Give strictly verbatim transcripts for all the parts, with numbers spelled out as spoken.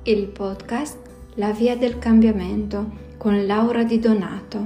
il podcast La Via del Cambiamento con Laura Di Donato.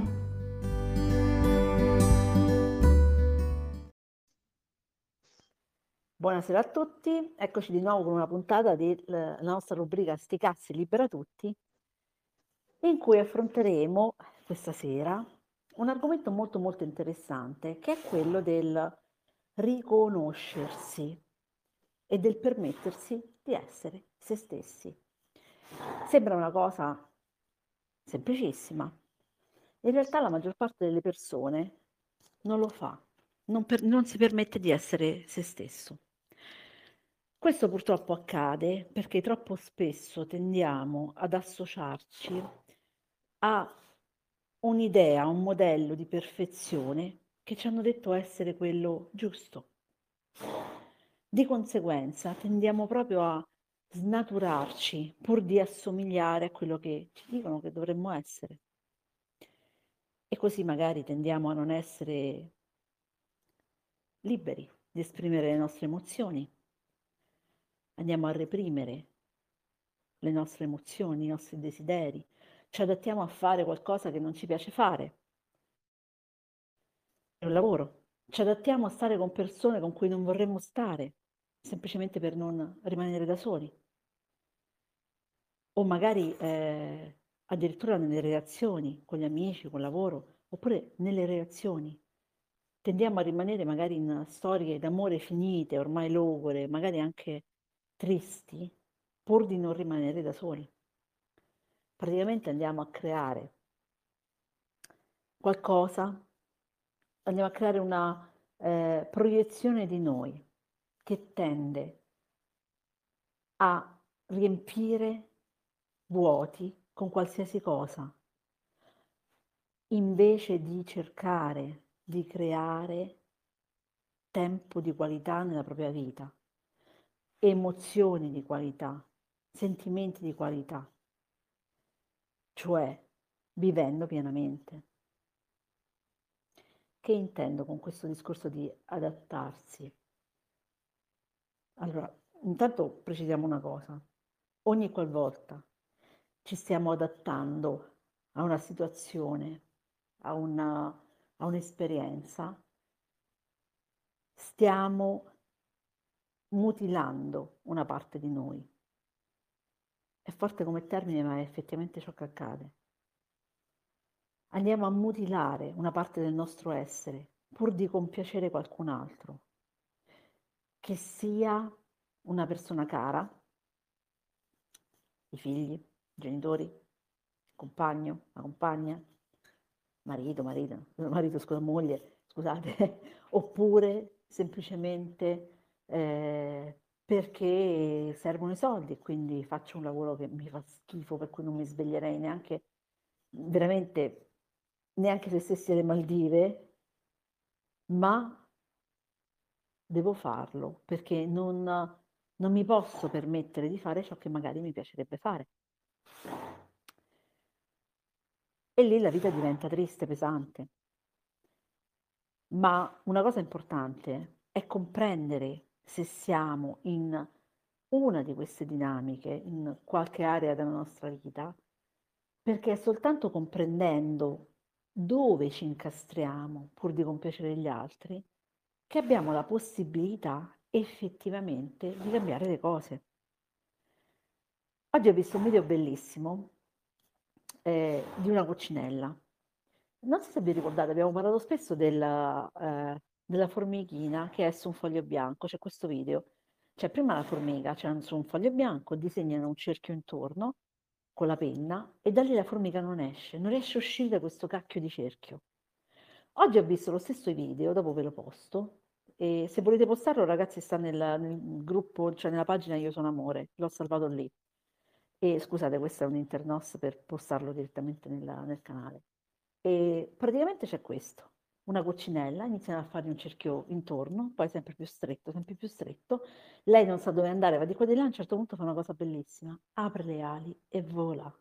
Buonasera a tutti, eccoci di nuovo con una puntata della nostra rubrica Sti cazzi libera tutti, in cui affronteremo questa sera un argomento molto molto interessante, che è quello del riconoscersi e del permettersi di essere se stessi. Sembra una cosa semplicissima. In realtà la maggior parte delle persone non lo fa, non, per, non si permette di essere se stesso. Questo purtroppo accade perché troppo spesso tendiamo ad associarci a un'idea, un modello di perfezione che ci hanno detto essere quello giusto. Di conseguenza tendiamo proprio a snaturarci pur di assomigliare a quello che ci dicono che dovremmo essere. E così magari tendiamo a non essere liberi di esprimere le nostre emozioni. Andiamo a reprimere le nostre emozioni, i nostri desideri. Ci adattiamo a fare qualcosa che non ci piace fare. Un lavoro. Ci adattiamo a stare con persone con cui non vorremmo stare, semplicemente per non rimanere da soli. O magari eh, addirittura nelle relazioni con gli amici, col lavoro, oppure nelle relazioni. Tendiamo a rimanere magari in storie d'amore finite, ormai logore, magari anche tristi, pur di non rimanere da soli. Praticamente andiamo a creare qualcosa, andiamo a creare una eh, proiezione di noi che tende a riempire vuoti con qualsiasi cosa, invece di cercare di creare tempo di qualità nella propria vita, emozioni di qualità, sentimenti di qualità, cioè vivendo pienamente. Che intendo con questo discorso di adattarsi? Allora, intanto precisiamo una cosa. Ogni qualvolta ci stiamo adattando a una situazione, a, una, a un'esperienza, stiamo mutilando una parte di noi. È forte come termine, ma è effettivamente ciò che accade. Andiamo a mutilare una parte del nostro essere pur di compiacere qualcun altro, che sia una persona cara, i figli, i genitori, il compagno, la compagna, marito, marito, marito, scusa, moglie, scusate, oppure semplicemente eh, perché servono i soldi e quindi faccio un lavoro che mi fa schifo, per cui non mi sveglierei neanche, veramente, neanche se stessi alle Maldive, ma devo farlo perché non, non mi posso permettere di fare ciò che magari mi piacerebbe fare. E lì la vita diventa triste, pesante. Ma una cosa importante è comprendere se siamo in una di queste dinamiche, in qualche area della nostra vita, perché è soltanto comprendendo dove ci incastriamo pur di compiacere gli altri che abbiamo la possibilità effettivamente di cambiare le cose. Oggi ho visto un video bellissimo eh, di una coccinella. Non so se vi ricordate, abbiamo parlato spesso della, eh, della formichina che è su un foglio bianco. C'è questo video. C'è prima la formica, c'è su un foglio bianco, disegnano un cerchio intorno con la penna e da lì la formica non esce, non riesce a uscire da questo cacchio di cerchio. Oggi ho visto lo stesso video, dopo ve lo posto, e se volete postarlo ragazzi sta nel, nel gruppo, cioè nella pagina Io Sono Amore, l'ho salvato lì. E scusate, questo è un internos per postarlo direttamente nella- nel canale. E praticamente c'è questo, una coccinella, iniziano a fargli un cerchio intorno, poi sempre più stretto, sempre più stretto. Lei non sa dove andare, va di qua e di là, a un certo punto fa una cosa bellissima, apre le ali e vola.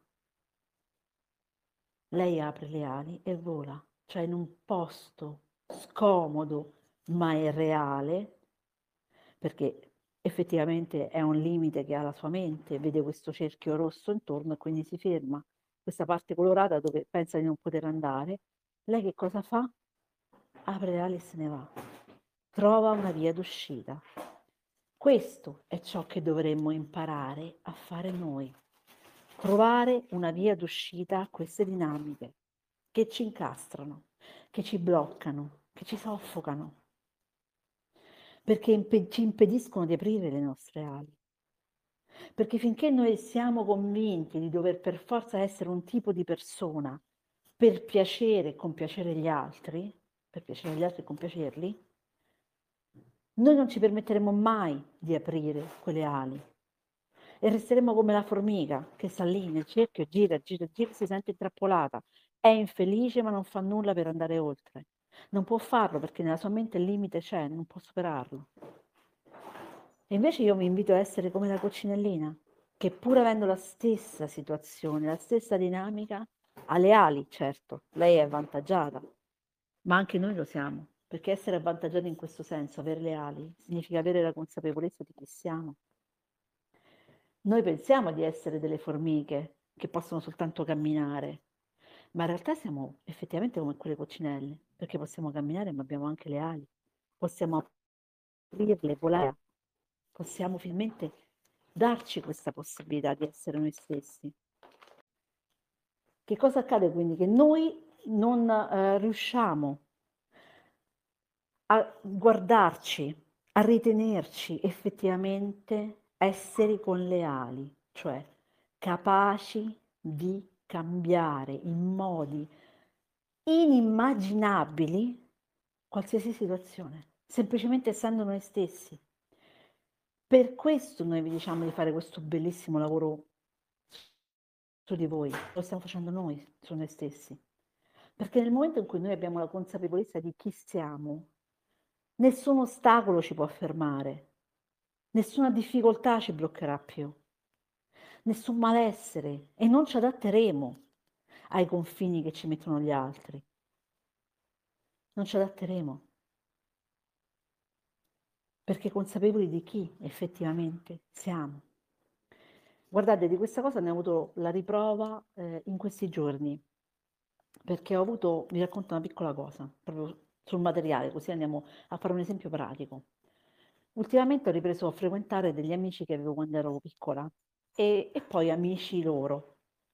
Lei apre le ali e vola, cioè in un posto scomodo, ma è reale, perché effettivamente è un limite che ha la sua mente, vede questo cerchio rosso intorno e quindi si ferma. Questa parte colorata dove pensa di non poter andare, lei che cosa fa? Apre le ali e se ne va. Trova una via d'uscita. Questo è ciò che dovremmo imparare a fare noi. Trovare una via d'uscita a queste dinamiche che ci incastrano, che ci bloccano, che ci soffocano, perché impe- ci impediscono di aprire le nostre ali. Perché finché noi siamo convinti di dover per forza essere un tipo di persona per piacere e compiacere gli altri, per piacere gli altri e compiacerli, noi non ci permetteremo mai di aprire quelle ali e resteremo come la formica che sta lì nel cerchio, gira, gira, gira, si sente intrappolata, è infelice ma non fa nulla per andare oltre. Non può farlo perché nella sua mente il limite c'è, non può superarlo. E invece io mi invito a essere come la coccinellina, che pur avendo la stessa situazione, la stessa dinamica, ha le ali, certo, lei è avvantaggiata, ma anche noi lo siamo, perché essere avvantaggiati in questo senso, avere le ali, significa avere la consapevolezza di chi siamo. Noi pensiamo di essere delle formiche che possono soltanto camminare, ma in realtà siamo effettivamente come quelle coccinelle, perché possiamo camminare ma abbiamo anche le ali, possiamo aprirle, volare, possiamo finalmente darci questa possibilità di essere noi stessi. Che cosa accade quindi? Che noi non eh, riusciamo a guardarci, a ritenerci effettivamente esseri con le ali, cioè capaci di cambiare in modi inimmaginabili qualsiasi situazione, semplicemente essendo noi stessi. Per questo noi vi diciamo di fare questo bellissimo lavoro su di voi, lo stiamo facendo noi, su noi stessi. Perché nel momento in cui noi abbiamo la consapevolezza di chi siamo, nessun ostacolo ci può fermare, nessuna difficoltà ci bloccherà più, nessun malessere e non ci adatteremo ai confini che ci mettono gli altri. Non ci adatteremo perché consapevoli di chi effettivamente siamo. Guardate, di questa cosa ne ho avuto la riprova eh, in questi giorni, perché ho avuto, vi racconto una piccola cosa, proprio sul materiale, così andiamo a fare un esempio pratico. Ultimamente ho ripreso a frequentare degli amici che avevo quando ero piccola e, e poi amici loro.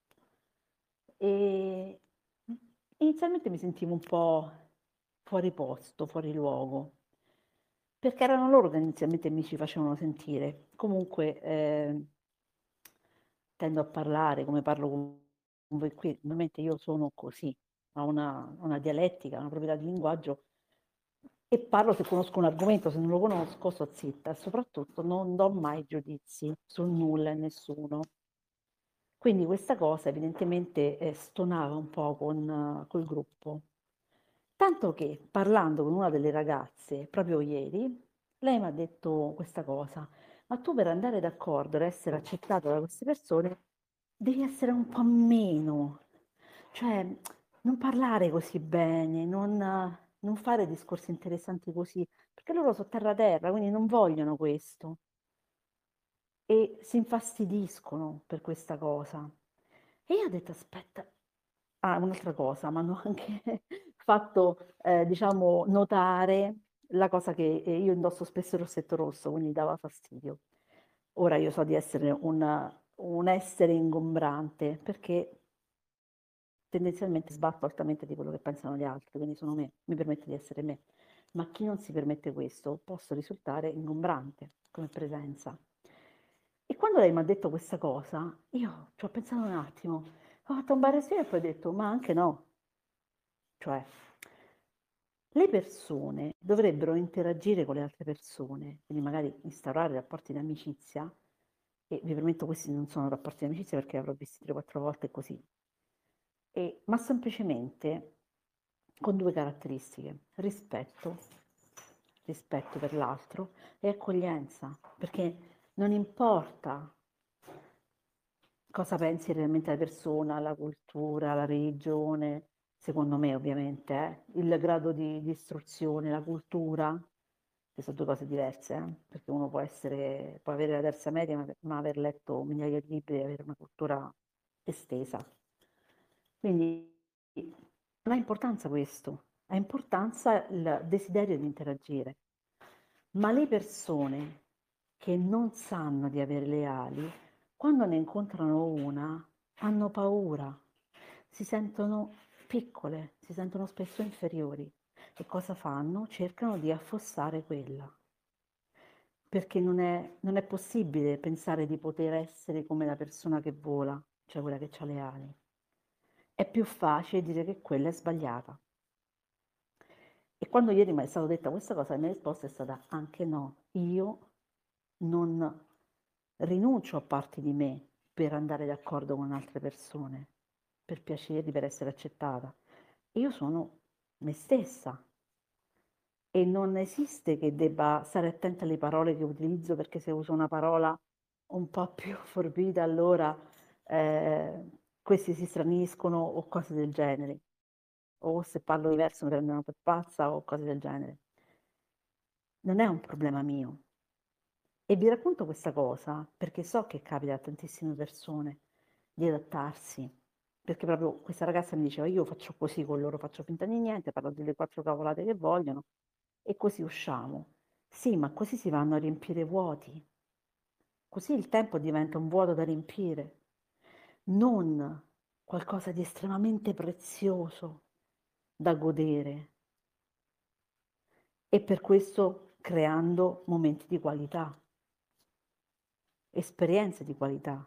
E inizialmente mi sentivo un po' fuori posto, fuori luogo, perché erano loro che inizialmente mi ci facevano sentire. Comunque eh, tendo a parlare come parlo con voi qui, ovviamente io sono così, ho una, una dialettica, una proprietà di linguaggio e parlo se conosco un argomento, se non lo conosco sto zitta e soprattutto non do mai giudizi su nulla e nessuno. Quindi questa cosa evidentemente eh, stonava un po' con, uh, col gruppo. Tanto che parlando con una delle ragazze proprio ieri, lei mi ha detto questa cosa, ma tu per andare d'accordo ed essere accettato da queste persone devi essere un po' meno, cioè non parlare così bene, non, non fare discorsi interessanti così, perché loro sono terra terra, quindi non vogliono questo e si infastidiscono per questa cosa. E io ho detto, aspetta, ah, un'altra cosa, mi hanno anche fatto, eh, diciamo, notare la cosa che eh, io indosso spesso il rossetto rosso, quindi dava fastidio. Ora io so di essere un, un essere ingombrante, perché tendenzialmente sbatto altamente di quello che pensano gli altri, quindi sono me, mi permette di essere me. Ma chi non si permette questo, posso risultare ingombrante come presenza. E quando lei mi ha detto questa cosa, io ci ho pensato un attimo, ho fatto un bar e poi ho detto, ma anche no. Cioè, le persone dovrebbero interagire con le altre persone, quindi magari instaurare rapporti di amicizia, e vi permetto questi non sono rapporti di amicizia perché avrò visti tre o quattro volte così, e, ma semplicemente con due caratteristiche, rispetto, rispetto per l'altro e accoglienza, perché non importa cosa pensi realmente la persona, la cultura, la religione, secondo me ovviamente, eh, il grado di, di istruzione, la cultura, che sono due cose diverse, eh? Perché uno può essere, può avere la terza media, ma, ma aver letto migliaia di libri e avere una cultura estesa. Quindi non ha importanza questo, ha importanza il desiderio di interagire. Ma le persone che non sanno di avere le ali, quando ne incontrano una, hanno paura, si sentono piccole, si sentono spesso inferiori. E cosa fanno? Cercano di affossare quella. Perché non è, non è possibile pensare di poter essere come la persona che vola, cioè quella che ha le ali. È più facile dire che quella è sbagliata. E quando ieri mi è stata detta questa cosa, la mia risposta è stata anche no. Io non rinuncio a parti di me per andare d'accordo con altre persone, per piacerli, per essere accettata. Io sono me stessa e non esiste che debba stare attenta alle parole che utilizzo, perché se uso una parola un po' più forbita allora eh, questi si straniscono o cose del genere, o se parlo diverso mi prendono per pazza o cose del genere. Non è un problema mio. E vi racconto questa cosa perché so che capita a tantissime persone di adattarsi, perché proprio questa ragazza mi diceva io faccio così con loro, faccio finta di niente, parlo delle quattro cavolate che vogliono e così usciamo. Sì, ma così si vanno a riempire vuoti, così il tempo diventa un vuoto da riempire, non qualcosa di estremamente prezioso da godere e per questo creando momenti di qualità, esperienze di qualità.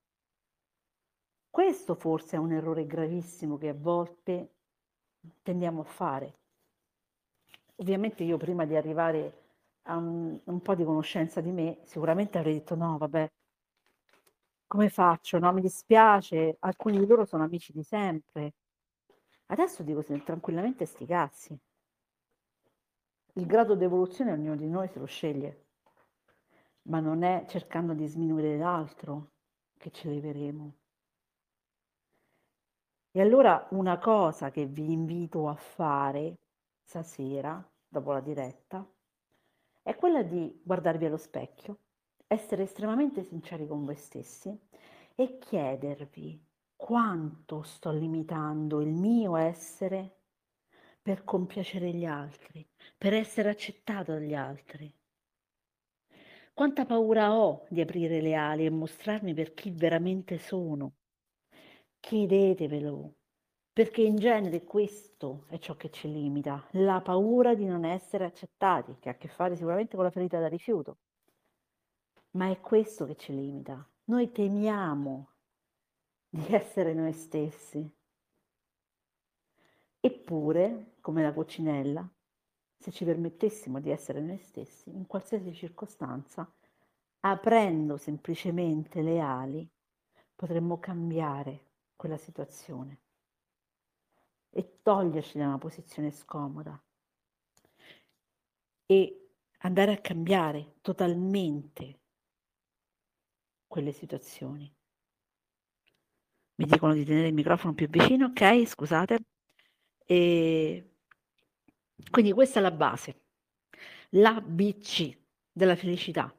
Questo forse è un errore gravissimo che a volte tendiamo a fare. Ovviamente io prima di arrivare a un, un po' di conoscenza di me, sicuramente avrei detto no, vabbè, come faccio? No, mi dispiace, alcuni di loro sono amici di sempre. Adesso dico sì, tranquillamente sti cazzi. Il grado di evoluzione ognuno di noi se lo sceglie, ma non è cercando di sminuire l'altro che ci eleveremo. E allora una cosa che vi invito a fare stasera, dopo la diretta, è quella di guardarvi allo specchio, essere estremamente sinceri con voi stessi e chiedervi quanto sto limitando il mio essere per compiacere gli altri, per essere accettato dagli altri. Quanta paura ho di aprire le ali e mostrarmi per chi veramente sono. Chiedetevelo, perché in genere questo è ciò che ci limita, la paura di non essere accettati, che ha a che fare sicuramente con la ferita da rifiuto, ma è questo che ci limita. Noi temiamo di essere noi stessi. Eppure, come la coccinella, se ci permettessimo di essere noi stessi, in qualsiasi circostanza, aprendo semplicemente le ali, potremmo cambiare quella situazione e toglierci da una posizione scomoda e andare a cambiare totalmente quelle situazioni. Mi dicono di tenere il microfono più vicino, ok? Scusate. E quindi questa è la base, l'A B C della felicità.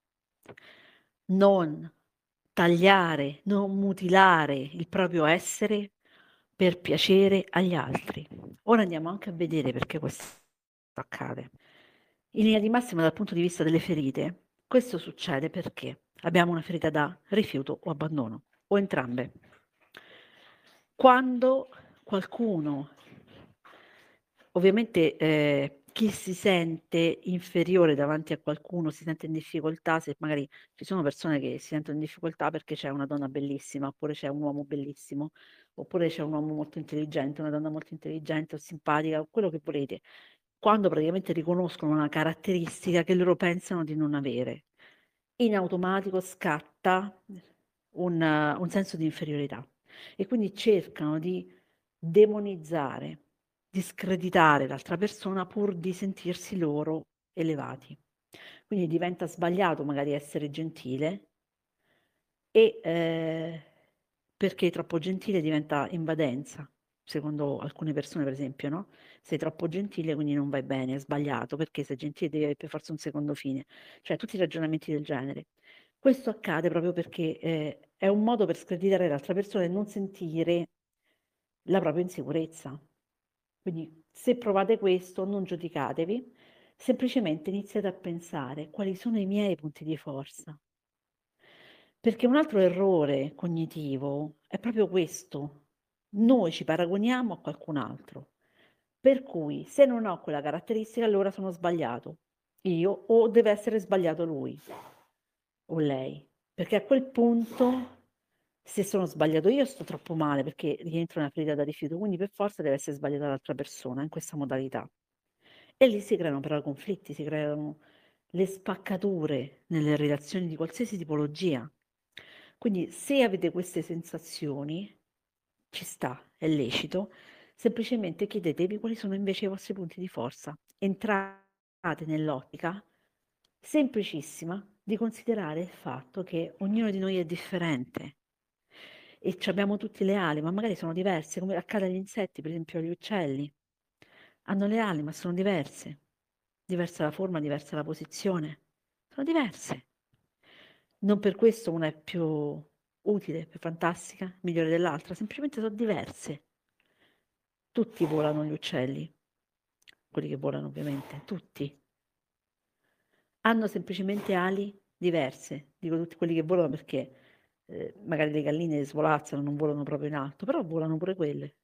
Non tagliare, non mutilare il proprio essere per piacere agli altri. Ora andiamo anche a vedere perché questo accade. In linea di massima dal punto di vista delle ferite, questo succede perché abbiamo una ferita da rifiuto o abbandono, o entrambe. Quando qualcuno, ovviamente eh, chi si sente inferiore davanti a qualcuno, si sente in difficoltà, se magari ci sono persone che si sentono in difficoltà perché c'è una donna bellissima, oppure c'è un uomo bellissimo, oppure c'è un uomo molto intelligente, una donna molto intelligente o simpatica, o quello che volete, quando praticamente riconoscono una caratteristica che loro pensano di non avere, in automatico scatta un, un senso di inferiorità e quindi cercano di demonizzare, discreditare l'altra persona pur di sentirsi loro elevati. Quindi diventa sbagliato magari essere gentile e eh, perché troppo gentile diventa invadenza. secondo alcune persone per esempio, no, sei troppo gentile quindi non vai bene, è sbagliato, perché sei gentile devi avere per forza un secondo fine, cioè tutti i ragionamenti del genere. Questo accade proprio perché, ehm, è un modo per screditare l'altra persona e non sentire la propria insicurezza. Quindi se provate questo non giudicatevi, semplicemente iniziate a pensare: quali sono i miei punti di forza? Perché un altro errore cognitivo è proprio questo: noi ci paragoniamo a qualcun altro, per cui se non ho quella caratteristica allora sono sbagliato io o deve essere sbagliato lui o lei, perché a quel punto se sono sbagliato io sto troppo male perché rientro nella ferita da rifiuto, quindi per forza deve essere sbagliata l'altra persona in questa modalità. E lì si creano però conflitti, si creano le spaccature nelle relazioni di qualsiasi tipologia. Quindi se avete queste sensazioni, ci sta, è lecito, semplicemente chiedetevi quali sono invece i vostri punti di forza. Entrate nell'ottica semplicissima di considerare il fatto che ognuno di noi è differente e c'abbiamo tutti le ali, ma magari sono diverse, come accade agli insetti, per esempio agli uccelli. Hanno le ali, ma sono diverse. Diversa la forma, diversa la posizione. Sono diverse. Non per questo una è più utile, più fantastica, migliore dell'altra, semplicemente sono diverse. Tutti volano gli uccelli, quelli che volano ovviamente, tutti. Hanno semplicemente ali diverse. Dico tutti quelli che volano perché eh, magari le galline svolazzano, non volano proprio in alto, però volano pure quelle.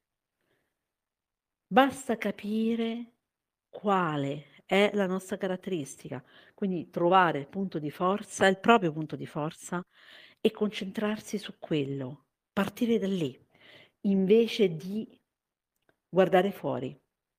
Basta capire quale è la nostra caratteristica, quindi trovare il punto di forza, il proprio punto di forza e concentrarsi su quello, partire da lì, invece di guardare fuori.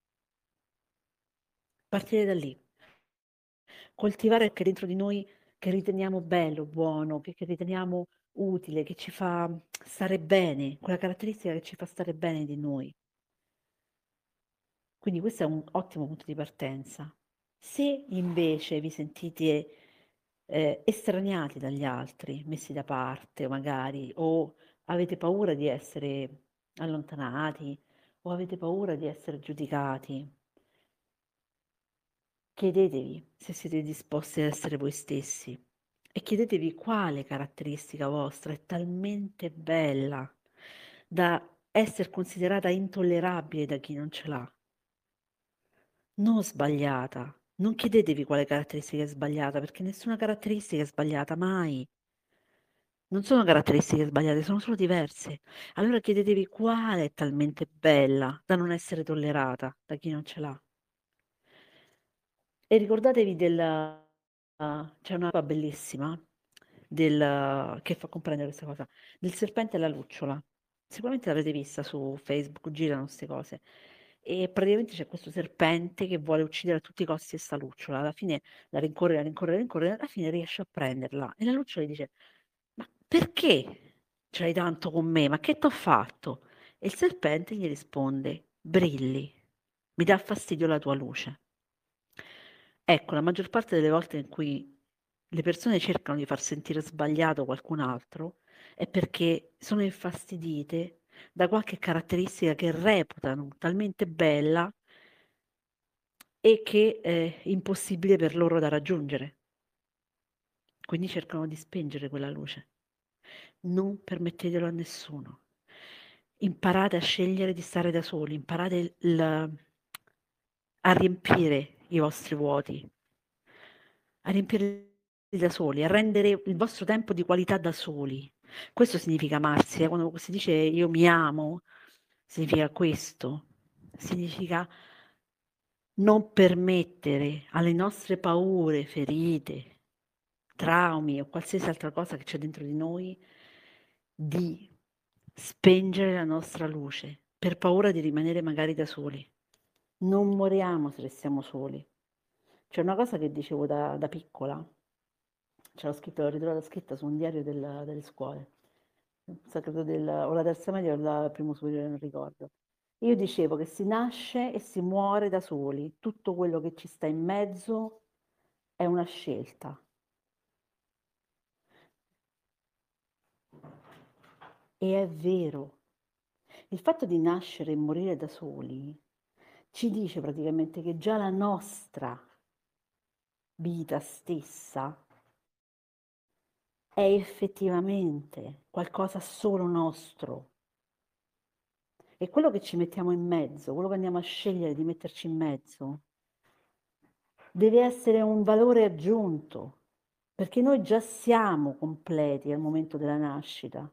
Partire da lì. Coltivare anche dentro di noi che riteniamo bello, buono, che, che riteniamo utile, che ci fa stare bene, quella caratteristica che ci fa stare bene di noi. Quindi questo è un ottimo punto di partenza. Se invece vi sentite eh, estraniati dagli altri, messi da parte magari, o avete paura di essere allontanati, o avete paura di essere giudicati, chiedetevi se siete disposti ad essere voi stessi e chiedetevi quale caratteristica vostra è talmente bella da essere considerata intollerabile da chi non ce l'ha. Non sbagliata. Non chiedetevi quale caratteristica è sbagliata, perché nessuna caratteristica è sbagliata, mai. Non sono caratteristiche sbagliate, sono solo diverse. Allora chiedetevi quale è talmente bella da non essere tollerata da chi non ce l'ha. E ricordatevi del uh, c'è una roba bellissima del, che fa comprendere questa cosa, del serpente e la lucciola. Sicuramente l'avete vista su Facebook, girano queste cose. E praticamente c'è questo serpente che vuole uccidere a tutti i costi questa lucciola. Alla fine la rincorre, la rincorre, la rincorre, alla fine riesce a prenderla. E la lucciola gli dice: Ma perché ce l'hai tanto con me? Ma che t'ho fatto? E il serpente gli risponde: Brilli, mi dà fastidio la tua luce. Ecco, la maggior parte delle volte in cui le persone cercano di far sentire sbagliato qualcun altro è perché sono infastidite da qualche caratteristica che reputano talmente bella e che è impossibile per loro da raggiungere. Quindi cercano di spengere quella luce. Non permettetelo a nessuno. Imparate a scegliere di stare da soli, imparate il- a riempire i vostri vuoti, a riempirli da soli, a rendere il vostro tempo di qualità da soli. Questo significa amarsi, eh? Quando si dice io mi amo, significa questo, significa non permettere alle nostre paure, ferite, traumi o qualsiasi altra cosa che c'è dentro di noi di spengere la nostra luce per paura di rimanere magari da soli. Non moriamo se restiamo soli. C'è una cosa che dicevo da, da piccola, ce l'ho scritta, l'ho ritrovata scritta su un diario del- delle scuole, sa, credo del, o la terza media o la primo superiore, non ricordo. Io dicevo che si nasce e si muore da soli, tutto quello che ci sta in mezzo è una scelta. E è vero. Il fatto di nascere e morire da soli ci dice praticamente che già la nostra vita stessa è effettivamente qualcosa solo nostro. E quello che ci mettiamo in mezzo, quello che andiamo a scegliere di metterci in mezzo, deve essere un valore aggiunto, perché noi già siamo completi al momento della nascita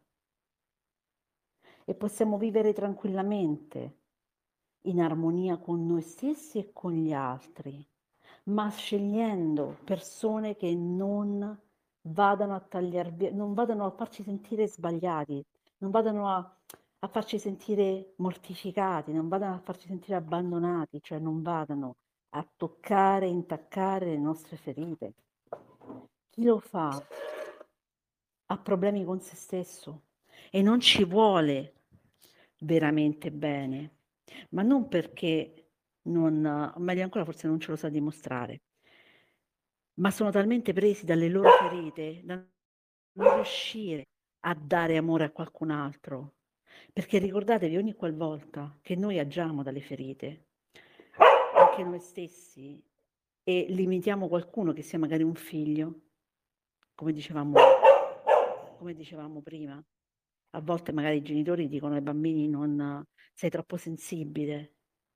e possiamo vivere tranquillamente in armonia con noi stessi e con gli altri, ma scegliendo persone che non vadano a tagliar via, non vadano a farci sentire sbagliati, non vadano a, a farci sentire mortificati, non vadano a farci sentire abbandonati, cioè non vadano a toccare, intaccare le nostre ferite. Chi lo fa ha problemi con se stesso e non ci vuole veramente bene, ma non perché non, meglio ancora forse non ce lo sa dimostrare, ma sono talmente presi dalle loro ferite da non riuscire a dare amore a qualcun altro. Perché ricordatevi, ogni qualvolta che noi agiamo dalle ferite, anche noi stessi, e limitiamo qualcuno, che sia magari un figlio, come dicevamo, come dicevamo prima, a volte magari i genitori dicono ai bambini non sei troppo sensibile,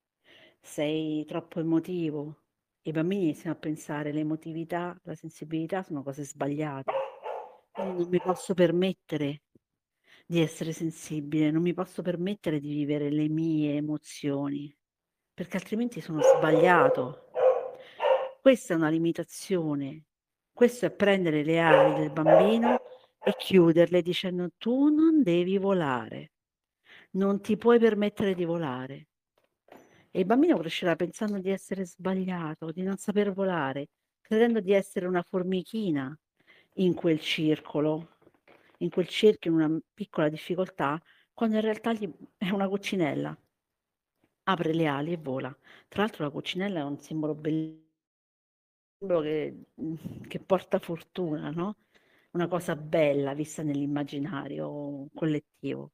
sei troppo emotivo. I bambini iniziano a pensare l'emotività, la sensibilità sono cose sbagliate. Quindi non mi posso permettere di essere sensibile, non mi posso permettere di vivere le mie emozioni, perché altrimenti sono sbagliato. Questa è una limitazione. Questo è prendere le ali del bambino e chiuderle dicendo tu non devi volare, non ti puoi permettere di volare. E il bambino crescerà pensando di essere sbagliato, di non saper volare, credendo di essere una formichina in quel circolo, in quel cerchio, in una piccola difficoltà, quando in realtà gli è una coccinella. Apre le ali e vola. Tra l'altro la coccinella è un simbolo bellissimo che, che porta fortuna, no? Una cosa bella vista nell'immaginario collettivo.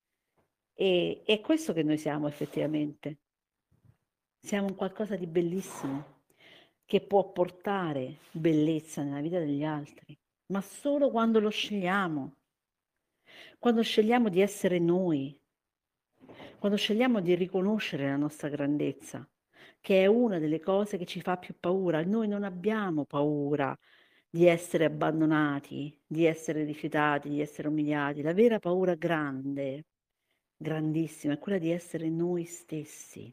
E è questo che noi siamo effettivamente. Siamo un qualcosa di bellissimo che può portare bellezza nella vita degli altri, ma solo quando lo scegliamo, quando scegliamo di essere noi, quando scegliamo di riconoscere la nostra grandezza, che è una delle cose che ci fa più paura. Noi non abbiamo paura di essere abbandonati, di essere rifiutati, di essere umiliati. La vera paura grande, grandissima, è quella di essere noi stessi.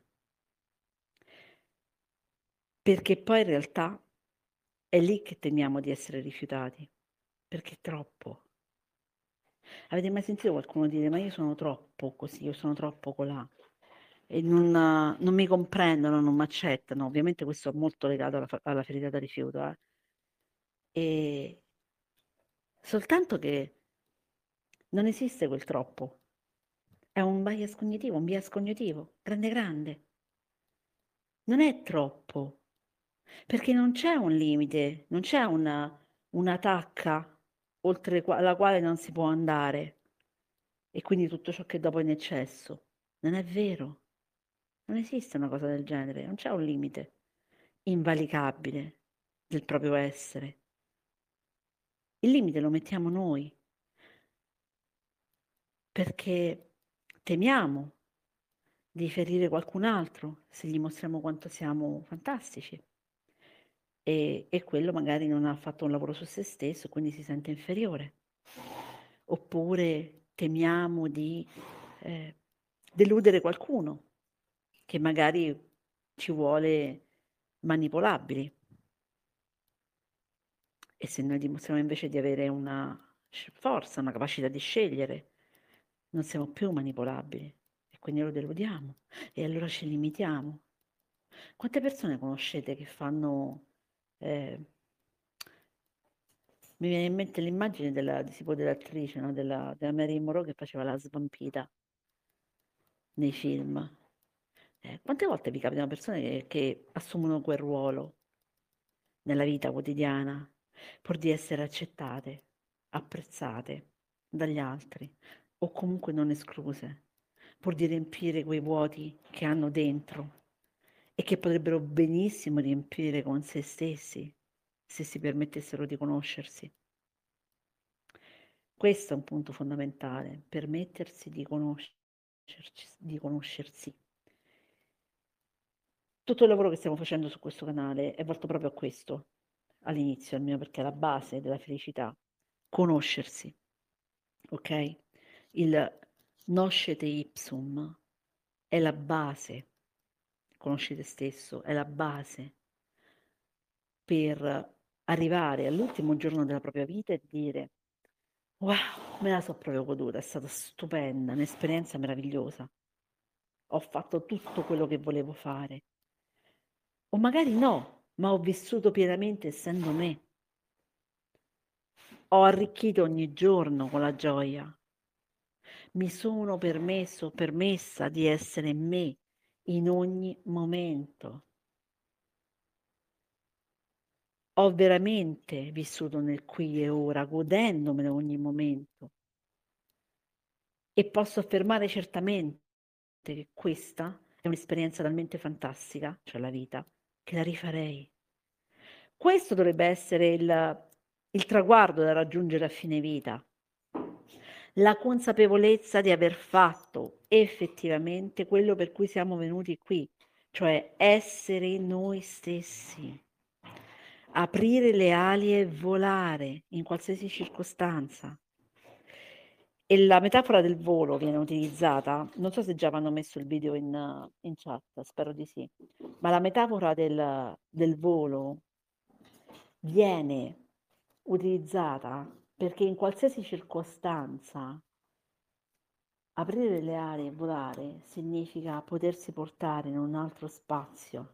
Perché poi in realtà è lì che temiamo di essere rifiutati, perché è troppo. Avete mai sentito qualcuno dire ma io sono troppo così, io sono troppo colà e non, non mi comprendono, non mi accettano? Ovviamente questo è molto legato alla, alla ferita da rifiuto. Eh. E soltanto che non esiste quel troppo, è un bias cognitivo, un bias cognitivo, grande grande. Non è troppo, perché non c'è un limite, non c'è una, una tacca oltre la quale non si può andare e quindi tutto ciò che dopo è in eccesso. Non è vero, non esiste una cosa del genere, non c'è un limite invalicabile del proprio essere. Il limite lo mettiamo noi, perché temiamo di ferire qualcun altro se gli mostriamo quanto siamo fantastici. E, e quello magari non ha fatto un lavoro su se stesso, quindi si sente inferiore. Oppure temiamo di eh, deludere qualcuno che magari ci vuole manipolabili. E se noi dimostriamo invece di avere una forza, una capacità di scegliere, non siamo più manipolabili e quindi lo deludiamo e allora ci limitiamo. Quante persone conoscete che fanno... Eh, mi viene in mente l'immagine della, tipo dell'attrice, no? della, della Marilyn Monroe che faceva la svampita nei film. Eh, quante volte vi capitano persone che, che assumono quel ruolo nella vita quotidiana pur di essere accettate, apprezzate dagli altri o comunque non escluse? pur di riempire quei vuoti che hanno dentro e che potrebbero benissimo riempire con se stessi, se si permettessero di conoscersi. Questo è un punto fondamentale, permettersi di conoscerci, di conoscersi. Tutto il lavoro che stiamo facendo su questo canale è volto proprio a questo, all'inizio almeno, perché è la base della felicità, conoscersi, ok? Il noscete ipsum è la base, conosci te stesso, è la base per arrivare all'ultimo giorno della propria vita e dire wow, me la so proprio goduta, è stata stupenda, un'esperienza meravigliosa. Ho fatto tutto quello che volevo fare. O magari no, ma ho vissuto pienamente essendo me. Ho arricchito ogni giorno con la gioia. Mi sono permesso, permessa di essere me in ogni momento. Ho veramente vissuto nel qui e ora, godendomene ogni momento. E posso affermare certamente che questa è un'esperienza talmente fantastica, cioè la vita, che la rifarei. Questo dovrebbe essere il, il traguardo da raggiungere a fine vita. La consapevolezza di aver fatto effettivamente quello per cui siamo venuti qui, cioè essere noi stessi, aprire le ali e volare in qualsiasi circostanza. E la metafora del volo viene utilizzata, non so se già mi hanno messo il video in, in chat, spero di sì, ma la metafora del, del volo viene utilizzata perché in qualsiasi circostanza aprire le ali e volare significa potersi portare in un altro spazio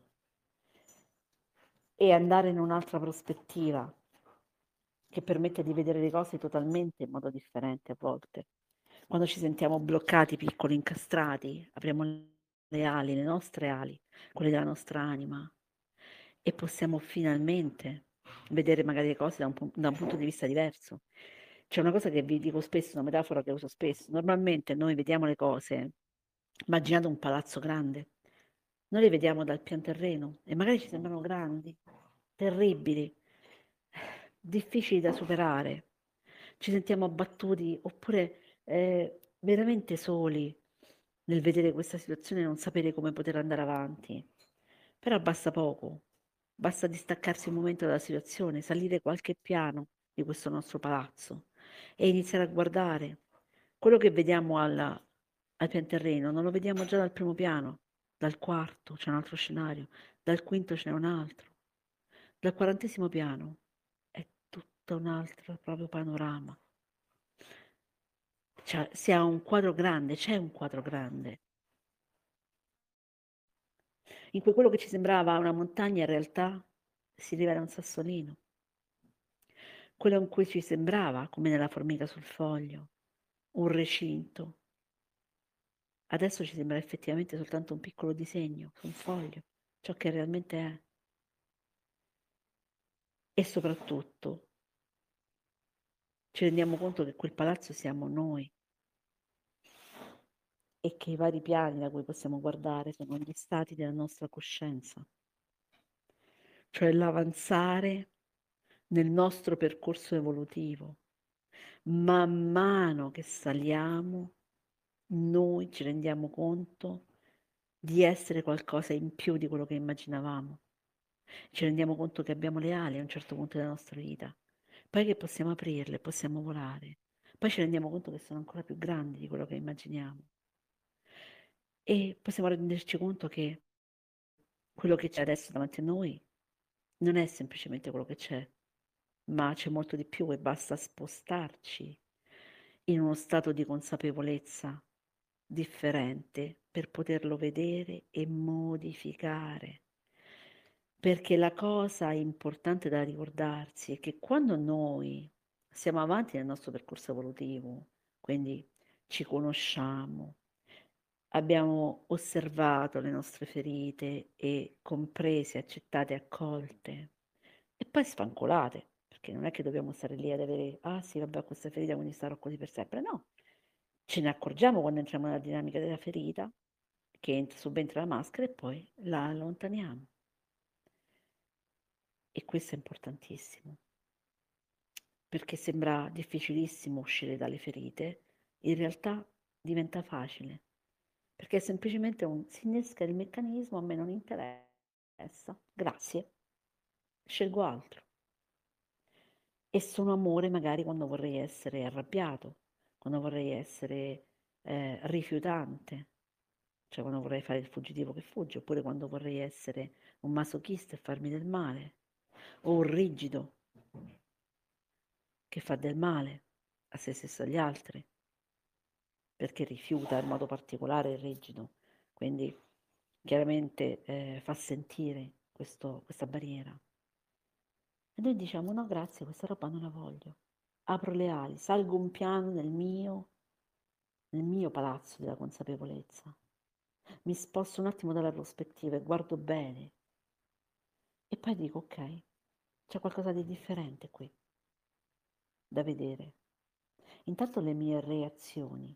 e andare in un'altra prospettiva che permette di vedere le cose totalmente in modo differente a volte. Quando ci sentiamo bloccati, piccoli, incastrati, apriamo le ali, le nostre ali, quelle della nostra anima, e possiamo finalmente vedere magari le cose da un, da un punto di vista diverso. C'è una cosa che vi dico spesso, una metafora che uso spesso. Normalmente noi vediamo le cose, immaginate un palazzo grande, noi le vediamo dal pian terreno e magari ci sembrano grandi, terribili, difficili da superare. Ci sentiamo abbattuti oppure eh, veramente soli nel vedere questa situazione e non sapere come poter andare avanti. Però basta poco, basta distaccarsi un momento dalla situazione, salire qualche piano di questo nostro palazzo e iniziare a guardare. Quello che vediamo alla, al pian terreno non lo vediamo già dal primo piano, dal quarto c'è un altro scenario, dal quinto c'è un altro, dal quarantesimo piano è tutto un altro proprio panorama. Cioè, si ha un quadro grande, c'è un quadro grande, in cui quello che ci sembrava una montagna in realtà si rivela un sassolino. Quello in cui ci sembrava, come nella formica sul foglio, un recinto, adesso ci sembra effettivamente soltanto un piccolo disegno su un foglio, ciò che realmente è. E soprattutto ci rendiamo conto che quel palazzo siamo noi e che i vari piani da cui possiamo guardare sono gli stati della nostra coscienza, cioè l'avanzare nel nostro percorso evolutivo. Man mano che saliamo, noi ci rendiamo conto di essere qualcosa in più di quello che immaginavamo. Ci rendiamo conto che abbiamo le ali a un certo punto della nostra vita, poi che possiamo aprirle, possiamo volare, poi ci rendiamo conto che sono ancora più grandi di quello che immaginiamo e possiamo renderci conto che quello che c'è adesso davanti a noi non è semplicemente quello che c'è, ma c'è molto di più e basta spostarci in uno stato di consapevolezza differente per poterlo vedere e modificare. Perché la cosa importante da ricordarsi è che quando noi siamo avanti nel nostro percorso evolutivo, quindi ci conosciamo, abbiamo osservato le nostre ferite e comprese, accettate, accolte e poi spancolate, perché non è che dobbiamo stare lì ad avere, ah sì, vabbè, ho questa ferita, quindi starò così per sempre. No, ce ne accorgiamo quando entriamo nella dinamica della ferita, che entra, subentra la maschera e poi la allontaniamo. E questo è importantissimo, perché sembra difficilissimo uscire dalle ferite, in realtà diventa facile, perché semplicemente un, si innesca il meccanismo, a me non interessa, grazie, scelgo altro. E sono amore magari quando vorrei essere arrabbiato, quando vorrei essere eh, rifiutante, cioè quando vorrei fare il fuggitivo che fugge, oppure quando vorrei essere un masochista e farmi del male, o un rigido che fa del male a se stesso e agli altri, perché rifiuta in modo particolare il rigido, quindi chiaramente eh, fa sentire questo, questa barriera. E noi diciamo no grazie, questa roba non la voglio. Apro le ali, salgo un piano nel mio, nel mio palazzo della consapevolezza. Mi sposto un attimo dalla prospettiva e guardo bene. E poi dico ok, c'è qualcosa di differente qui da vedere. Intanto le mie reazioni,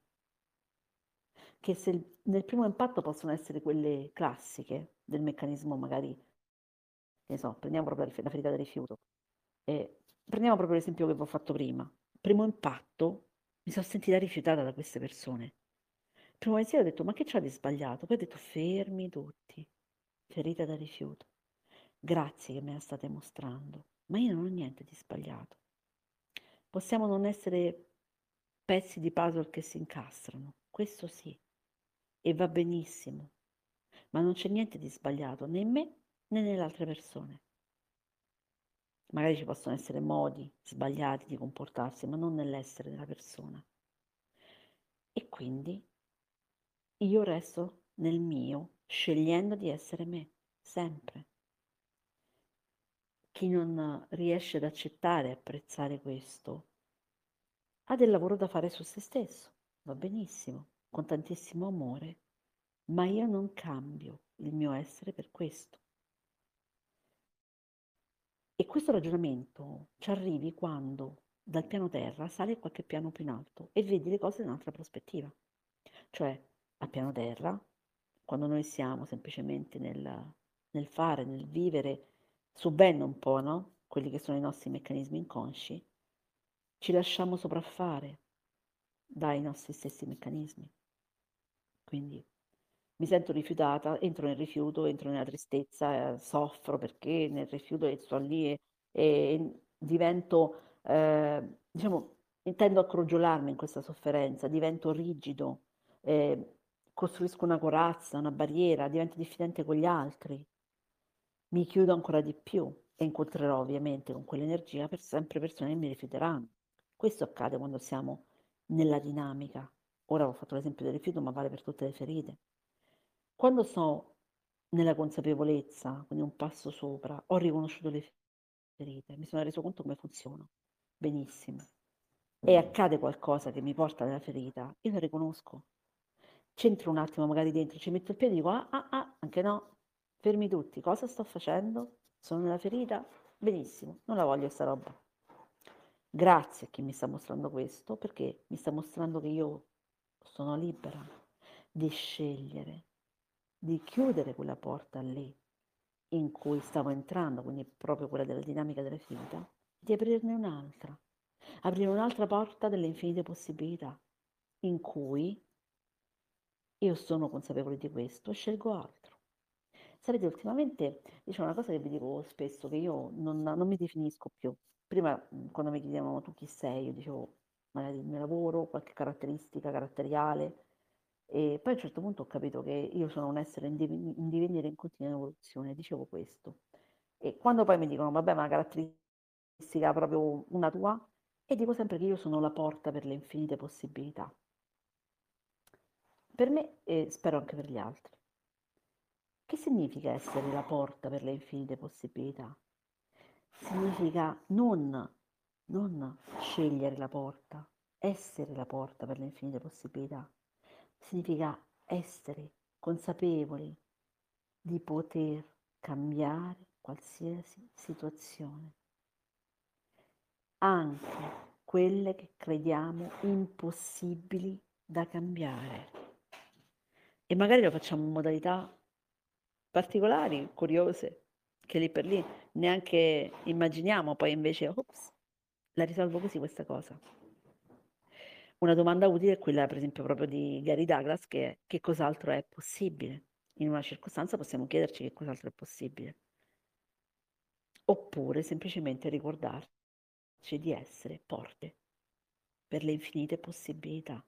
che se il- nel primo impatto possono essere quelle classiche del meccanismo magari, che ne so, prendiamo proprio la ferita del rifiuto. E prendiamo proprio l'esempio che vi ho fatto prima. Primo impatto, mi sono sentita rifiutata da queste persone. Primo pensiero ho detto, ma che c'ha di sbagliato? Poi ho detto, fermi tutti, ferita da rifiuto. Grazie che me la state mostrando, ma io non ho niente di sbagliato. Possiamo non essere pezzi di puzzle che si incastrano, questo sì, e va benissimo, ma non c'è niente di sbagliato né in me né nelle altre persone. Magari ci possono essere modi sbagliati di comportarsi, ma non nell'essere della persona. E quindi io resto nel mio, scegliendo di essere me, sempre. Chi non riesce ad accettare e apprezzare questo ha del lavoro da fare su se stesso, va benissimo, con tantissimo amore, ma io non cambio il mio essere per questo. E questo ragionamento ci arrivi quando dal piano terra sali qualche piano più in alto e vedi le cose da un'altra prospettiva. Cioè, a piano terra, quando noi siamo semplicemente nel, nel fare, nel vivere, subendo un po', no? Quelli che sono i nostri meccanismi inconsci, ci lasciamo sopraffare dai nostri stessi meccanismi. Quindi mi sento rifiutata, entro nel rifiuto, entro nella tristezza, eh, soffro perché nel rifiuto sto lì e, e divento, eh, diciamo, tendo a crogiolarmi in questa sofferenza, divento rigido, eh, costruisco una corazza, una barriera, divento diffidente con gli altri, mi chiudo ancora di più e incontrerò ovviamente con quell'energia per sempre persone che mi rifiuteranno. Questo accade quando siamo nella dinamica. Ora ho fatto l'esempio del rifiuto, ma vale per tutte le ferite. Quando sto nella consapevolezza, quindi un passo sopra, ho riconosciuto le ferite, mi sono reso conto come funzionano. Benissimo. E accade qualcosa che mi porta nella ferita, io la riconosco. C'entro un attimo magari dentro, ci metto il piede e dico, ah, ah, ah, anche no, fermi tutti, cosa sto facendo? Sono nella ferita? Benissimo, non la voglio sta roba. Grazie a chi mi sta mostrando questo, perché mi sta mostrando che io sono libera di scegliere, di chiudere quella porta lì in cui stavo entrando, quindi proprio quella della dinamica della ferita, di aprirne un'altra, aprire un'altra porta delle infinite possibilità, in cui io sono consapevole di questo e scelgo altro. Sapete, ultimamente diciamo una cosa che vi dico spesso, che io non, non mi definisco più. Prima, mh, quando mi chiedevano tu chi sei, io dicevo magari il mio lavoro, qualche caratteristica caratteriale, e poi a un certo punto ho capito che io sono un essere in diven- in divenire in continua evoluzione, dicevo questo. E quando poi mi dicono, vabbè, ma una caratteristica proprio una tua, e dico sempre che io sono la porta per le infinite possibilità. Per me e spero anche per gli altri. Che significa essere la porta per le infinite possibilità? Significa non, non scegliere la porta, essere la porta per le infinite possibilità. Significa essere consapevoli di poter cambiare qualsiasi situazione, anche quelle che crediamo impossibili da cambiare. E magari lo facciamo in modalità particolari, curiose, che lì per lì neanche immaginiamo, poi invece, ops, la risolvo così questa cosa. Una domanda utile è quella, per esempio, proprio di Gary Douglas, che è: che cos'altro è possibile? In una circostanza possiamo chiederci che cos'altro è possibile. Oppure semplicemente ricordarci di essere porte per le infinite possibilità.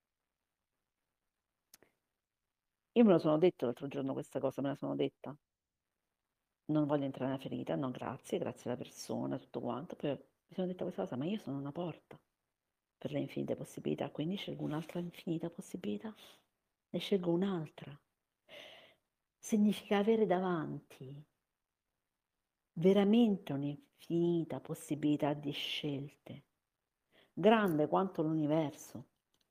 Io me lo sono detto l'altro giorno questa cosa, me la sono detta. Non voglio entrare nella ferita, no grazie, grazie alla persona, tutto quanto. Poi mi sono detta questa cosa, ma io sono una porta per le infinite possibilità, quindi scelgo un'altra infinita possibilità, ne scelgo un'altra. Significa avere davanti veramente un'infinita possibilità di scelte, grande quanto l'universo,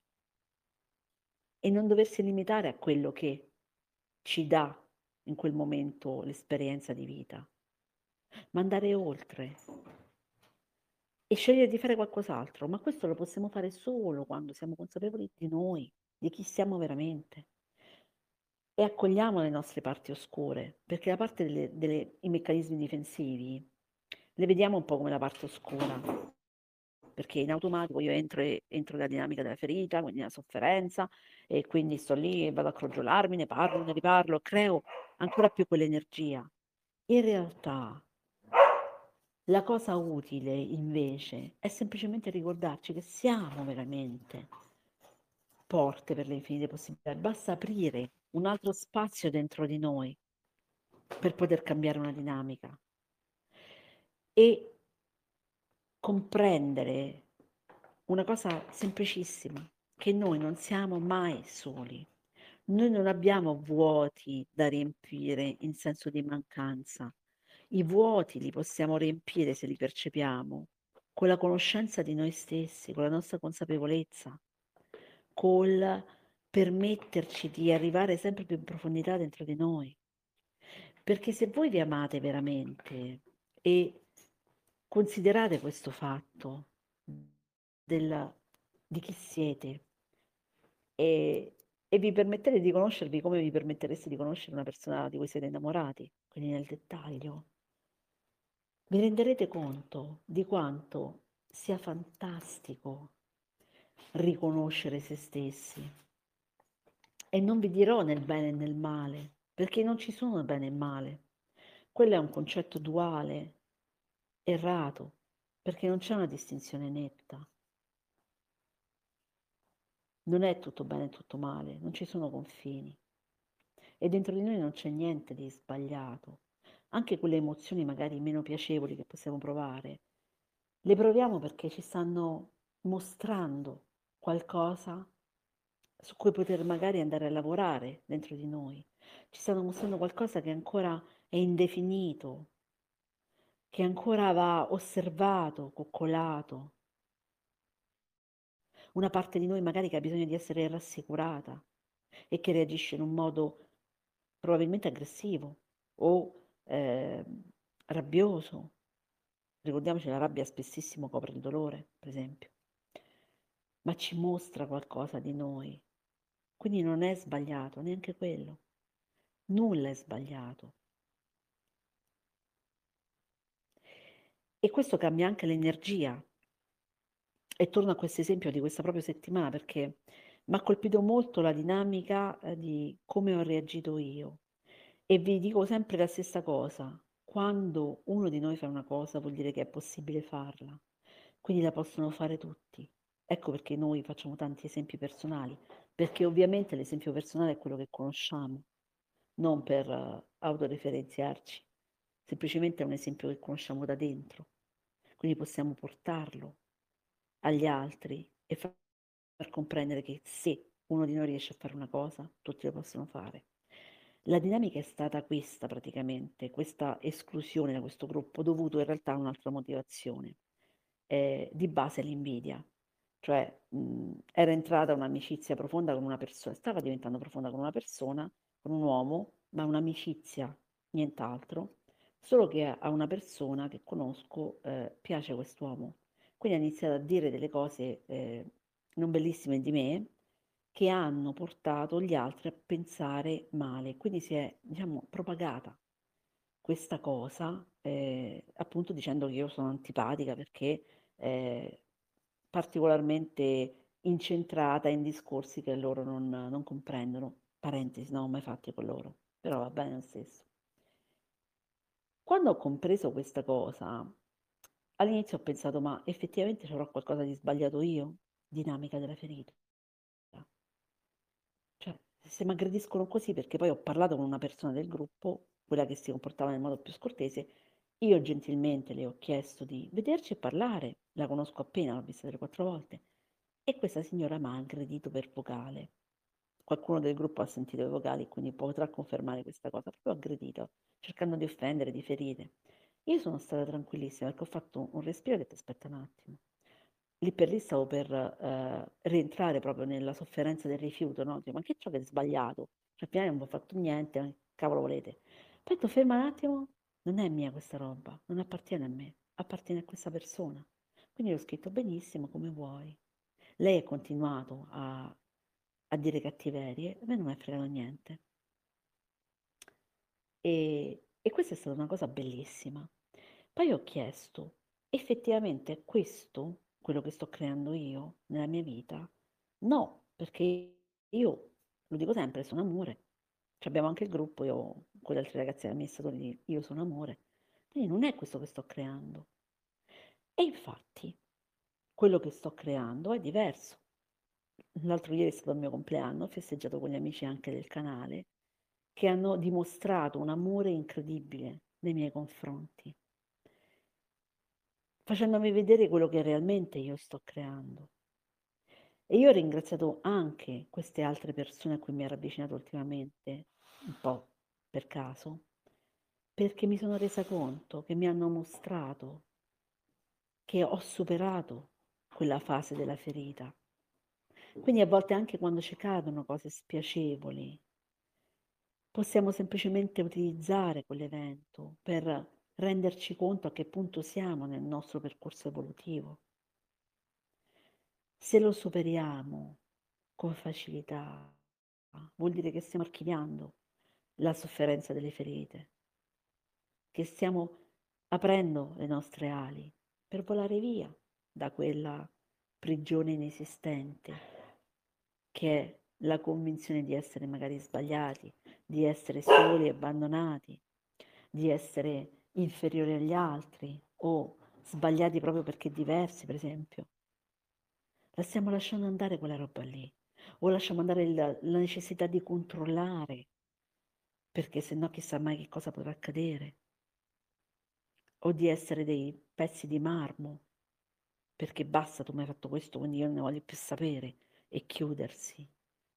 e non doversi limitare a quello che ci dà in quel momento l'esperienza di vita, ma andare oltre e scegliere di fare qualcos'altro. Ma questo lo possiamo fare solo quando siamo consapevoli di noi, di chi siamo veramente. E accogliamo le nostre parti oscure, perché la parte delle, delle, i meccanismi difensivi le vediamo un po' come la parte oscura, perché in automatico io entro, e, entro nella dinamica della ferita, quindi la sofferenza, e quindi sto lì e vado a crogiolarmi, ne parlo, ne riparlo, creo ancora più quell'energia. In realtà la cosa utile invece è semplicemente ricordarci che siamo veramente porte per le infinite possibilità. Basta aprire un altro spazio dentro di noi per poter cambiare una dinamica e comprendere una cosa semplicissima, che noi non siamo mai soli. Noi non abbiamo vuoti da riempire in senso di mancanza. I vuoti li possiamo riempire, se li percepiamo, con la conoscenza di noi stessi, con la nostra consapevolezza, col permetterci di arrivare sempre più in profondità dentro di noi. Perché se voi vi amate veramente e considerate questo fatto del, di chi siete e, e vi permettete di conoscervi come vi permettereste di conoscere una persona di cui siete innamorati, quindi nel dettaglio, vi renderete conto di quanto sia fantastico riconoscere se stessi. E non vi dirò nel bene e nel male, perché non ci sono bene e male. Quello è un concetto duale, errato, perché non c'è una distinzione netta. Non è tutto bene e tutto male, non ci sono confini. E dentro di noi non c'è niente di sbagliato. Anche quelle emozioni magari meno piacevoli che possiamo provare, le proviamo perché ci stanno mostrando qualcosa su cui poter magari andare a lavorare dentro di noi. Ci stanno mostrando qualcosa che ancora è indefinito, che ancora va osservato, coccolato. Una parte di noi magari che ha bisogno di essere rassicurata e che reagisce in un modo probabilmente aggressivo o eh, rabbioso. Ricordiamoci, la rabbia spessissimo copre il dolore, per esempio, ma ci mostra qualcosa di noi. Quindi non è sbagliato neanche quello. Nulla è sbagliato. E questo cambia anche l'energia. E torno a questo esempio di questa propria settimana perché mi ha colpito molto la dinamica eh, di come ho reagito io. E vi dico sempre la stessa cosa: quando uno di noi fa una cosa vuol dire che è possibile farla, quindi la possono fare tutti. Ecco perché noi facciamo tanti esempi personali, perché ovviamente l'esempio personale è quello che conosciamo, non per uh, autoreferenziarci, semplicemente è un esempio che conosciamo da dentro, quindi possiamo portarlo agli altri e far comprendere che se uno di noi riesce a fare una cosa, tutti lo possono fare. La dinamica è stata questa praticamente, questa esclusione da questo gruppo, dovuto in realtà a un'altra motivazione, eh, di base l'invidia. Cioè mh, era entrata un'amicizia profonda con una persona, stava diventando profonda con una persona, con un uomo, ma un'amicizia, nient'altro, solo che a una persona che conosco eh, piace quest'uomo. Quindi ha iniziato a dire delle cose eh, non bellissime di me che hanno portato gli altri a pensare male. Quindi si è, diciamo, propagata questa cosa, eh, appunto dicendo che io sono antipatica perché eh, particolarmente incentrata in discorsi che loro non, non comprendono. Parentesi, non ho mai fatti con loro, però va bene lo stesso. Quando ho compreso questa cosa, all'inizio ho pensato, ma effettivamente ci avrò qualcosa di sbagliato io? Dinamica della ferita. Cioè, se mi aggrediscono così, perché poi ho parlato con una persona del gruppo, quella che si comportava nel modo più scortese, io gentilmente le ho chiesto di vederci e parlare, la conosco appena, l'ho vista tre o quattro volte, e questa signora mi ha aggredito per vocale. Qualcuno del gruppo ha sentito i vocali, quindi potrà confermare questa cosa, proprio aggredito, cercando di offendere, di ferire. Io sono stata tranquillissima perché ho fatto un respiro e ho detto aspetta un attimo. Lì per lì stavo per eh, rientrare proprio nella sofferenza del rifiuto, no? Dico, ma che c'ho che è sbagliato? Cioè, prima non ho fatto niente, ma che cavolo volete? Poi ho detto, ferma un attimo, non è mia questa roba, non appartiene a me, appartiene a questa persona. Quindi ho scritto benissimo, come vuoi. Lei ha continuato a, a dire cattiverie, a me non mi è fregato niente. E, e questa è stata una cosa bellissima. Poi ho chiesto, effettivamente è questo quello che sto creando io nella mia vita? No, perché io, lo dico sempre, sono amore. Ci abbiamo anche il gruppo, io con gli altri ragazzi amministratori di Io sono amore. Quindi non è questo che sto creando. E infatti, quello che sto creando è diverso. L'altro ieri è stato il mio compleanno, ho festeggiato con gli amici anche del canale, che hanno dimostrato un amore incredibile nei miei confronti, facendomi vedere quello che realmente io sto creando. E io ho ringraziato anche queste altre persone a cui mi ero avvicinato ultimamente, un po' per caso, perché mi sono resa conto che mi hanno mostrato che ho superato quella fase della ferita. Quindi a volte anche quando ci cadono cose spiacevoli, possiamo semplicemente utilizzare quell'evento per renderci conto a che punto siamo nel nostro percorso evolutivo. Se lo superiamo con facilità, vuol dire che stiamo archiviando la sofferenza delle ferite, che stiamo aprendo le nostre ali per volare via da quella prigione inesistente che è la convinzione di essere magari sbagliati, di essere soli e abbandonati, di essere inferiori agli altri o sbagliati proprio perché diversi, per esempio. La stiamo lasciando andare quella roba lì, o lasciamo andare il- la necessità di controllare, perché se no chissà mai che cosa potrà accadere, o di essere dei pezzi di marmo, perché basta, tu mi hai fatto questo, quindi io non ne voglio più sapere, e chiudersi.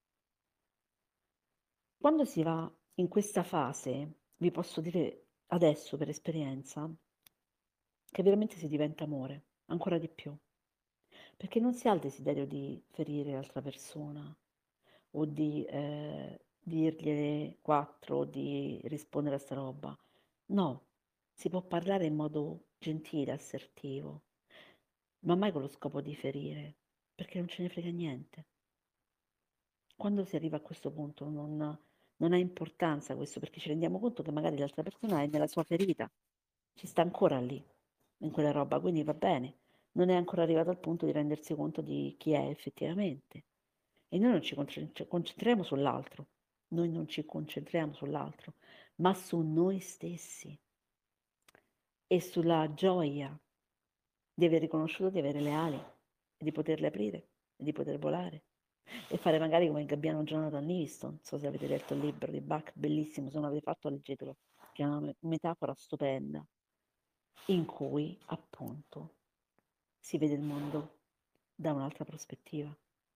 Quando si va in questa fase, vi posso dire adesso per esperienza, che veramente si diventa amore, ancora di più, perché non si ha il desiderio di ferire l'altra persona o di eh, dirgliele quattro o di rispondere a sta roba. No, si può parlare in modo gentile, assertivo, ma mai con lo scopo di ferire, perché non ce ne frega niente. Quando si arriva a questo punto non, non ha importanza questo, perché ci rendiamo conto che magari l'altra persona è nella sua ferita, ci sta ancora lì, in quella roba, quindi va bene, non è ancora arrivato al punto di rendersi conto di chi è effettivamente. E noi non ci concent- ci concentriamo sull'altro, noi non ci concentriamo sull'altro, ma su noi stessi e sulla gioia di aver riconosciuto di avere le ali, e di poterle aprire, e di poter volare. E fare magari come il gabbiano Jonathan Livingston, non so se avete letto il libro di Bach, bellissimo, se non l'avete fatto leggetelo, che è una metafora stupenda, in cui appunto si vede il mondo da un'altra prospettiva.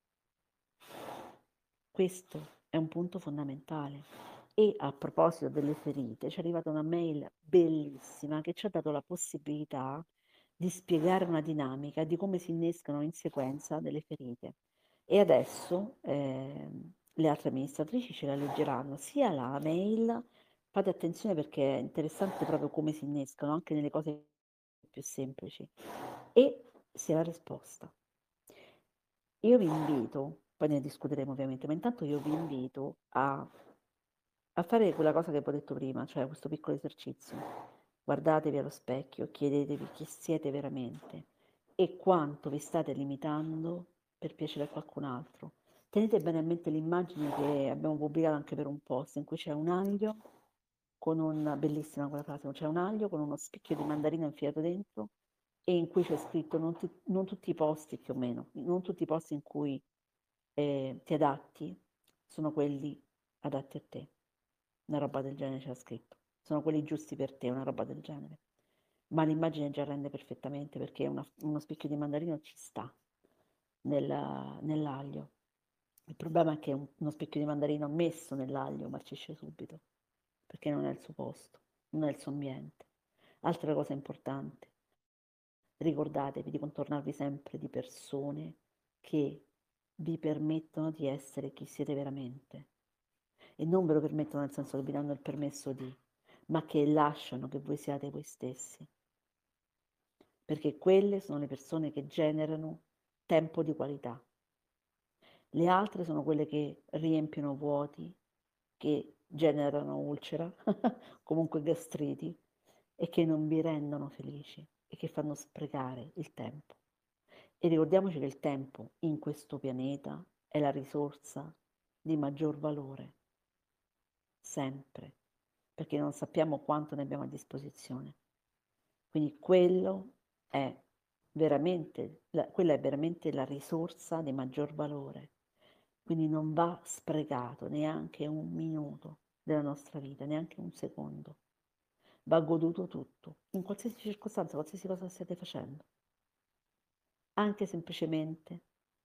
Questo è un punto fondamentale. E a proposito delle ferite, ci è arrivata una mail bellissima che ci ha dato la possibilità di spiegare una dinamica di come si innescano in sequenza delle ferite. E adesso eh, le altre amministratrici ce la leggeranno, sia la mail, fate attenzione perché è interessante proprio come si innescano, anche nelle cose più semplici, e sia la risposta. Io vi invito Poi ne discuteremo ovviamente, ma intanto io vi invito a, a fare quella cosa che vi ho detto prima, cioè questo piccolo esercizio. Guardatevi allo specchio, chiedetevi chi siete veramente e quanto vi state limitando per piacere a qualcun altro. Tenete bene a mente l'immagine che abbiamo pubblicato anche per un post in cui c'è un aglio con un, bellissima quella frase, c'è un aglio con uno spicchio di mandarino infilato dentro e in cui c'è scritto non, tu- non tutti i posti più o meno, non tutti i posti in cui eh, ti adatti sono quelli adatti a te. Una roba del genere c'era scritto. Sono quelli giusti per te, una roba del genere. Ma l'immagine già rende perfettamente perché una- uno spicchio di mandarino ci sta nella- nell'aglio. Il problema è che un- uno spicchio di mandarino messo nell'aglio marcisce subito perché non è il suo posto, non è il suo ambiente. Altra cosa importante, ricordatevi di contornarvi sempre di persone che vi permettono di essere chi siete veramente e non ve lo permettono nel senso che vi danno il permesso di, ma che lasciano che voi siate voi stessi, perché quelle sono le persone che generano tempo di qualità. Le altre sono quelle che riempiono vuoti, che generano ulcera, comunque gastriti, e che non vi rendono felici e che fanno sprecare il tempo. E ricordiamoci che il tempo in questo pianeta è la risorsa di maggior valore, sempre, perché non sappiamo quanto ne abbiamo a disposizione. Quindi quello è veramente, la, quella è veramente la risorsa di maggior valore. Quindi non va sprecato neanche un minuto della nostra vita, neanche un secondo. Va goduto tutto, in qualsiasi circostanza, qualsiasi cosa stiate facendo. Anche semplicemente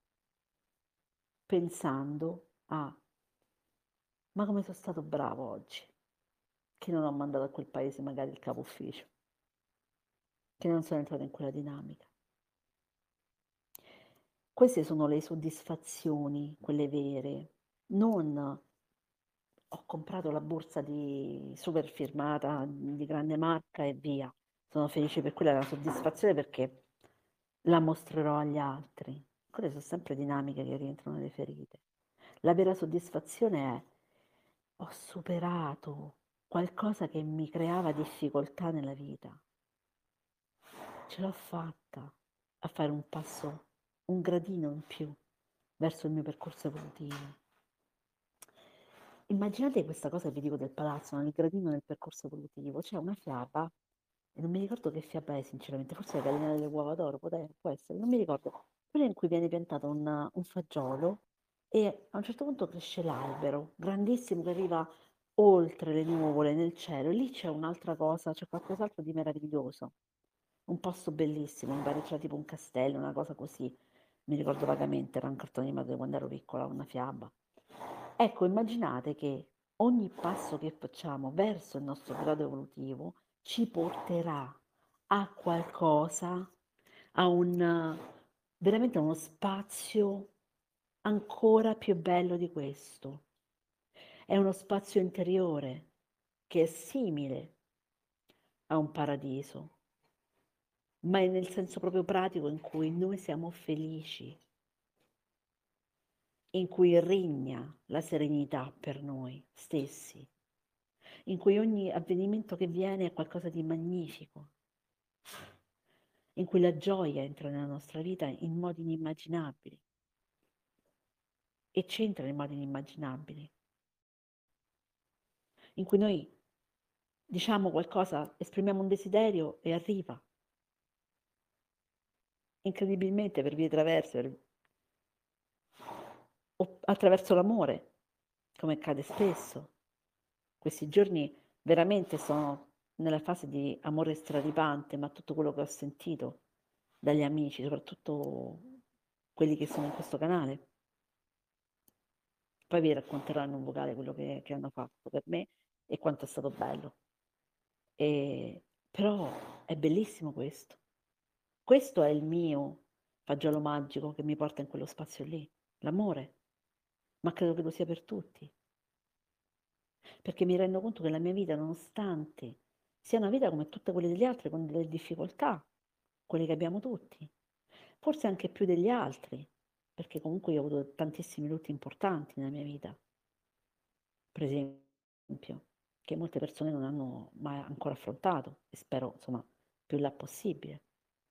pensando a ma come sono stato bravo oggi, che non ho mandato a quel paese magari il capo ufficio, che non sono entrato in quella dinamica. Queste sono le soddisfazioni, quelle vere, non ho comprato la borsa di super firmata, di grande marca e via. Sono felice per quella, è una soddisfazione perché la mostrerò agli altri. Quelle sono sempre dinamiche che rientrano nelle ferite. La vera soddisfazione è ho superato qualcosa che mi creava difficoltà nella vita. Ce l'ho fatta a fare un passo, un gradino in più verso il mio percorso evolutivo. Immaginate questa cosa che vi dico del palazzo, no? Il gradino nel percorso evolutivo. C'è una fiaba, e non mi ricordo che fiaba è sinceramente, forse la gallina delle uova d'oro, può, può essere, non mi ricordo. Quella in cui viene piantato un, un fagiolo e a un certo punto cresce l'albero, grandissimo, che arriva oltre le nuvole, nel cielo, e lì c'è un'altra cosa, c'è qualcos'altro di meraviglioso. Un posto bellissimo, mi pare c'era tipo un castello, una cosa così. Mi ricordo vagamente, era un cartone animato di quando ero piccola, una fiaba. Ecco, immaginate che ogni passo che facciamo verso il nostro grado evolutivo ci porterà a qualcosa, a un veramente a uno spazio ancora più bello di questo. È uno spazio interiore che è simile a un paradiso, ma è nel senso proprio pratico in cui noi siamo felici, in cui regna la serenità per noi stessi, in cui ogni avvenimento che viene è qualcosa di magnifico, in cui la gioia entra nella nostra vita in modi inimmaginabili e c'entra in modi inimmaginabili, in cui noi diciamo qualcosa, esprimiamo un desiderio e arriva, incredibilmente per vie traverse, per o attraverso l'amore, come accade spesso. Questi giorni veramente sono nella fase di amore straripante, ma tutto quello che ho sentito dagli amici, soprattutto quelli che sono in questo canale, poi vi racconteranno un vocale quello che, che hanno fatto per me e quanto è stato bello. E, però è bellissimo questo. Questo è il mio fagiolo magico che mi porta in quello spazio lì, l'amore, ma credo che lo sia per tutti. Perché mi rendo conto che la mia vita, nonostante sia una vita come tutte quelle degli altri, con delle difficoltà, quelle che abbiamo tutti, forse anche più degli altri, perché comunque io ho avuto tantissimi lutti importanti nella mia vita, per esempio, che molte persone non hanno mai ancora affrontato e spero, insomma, più là possibile,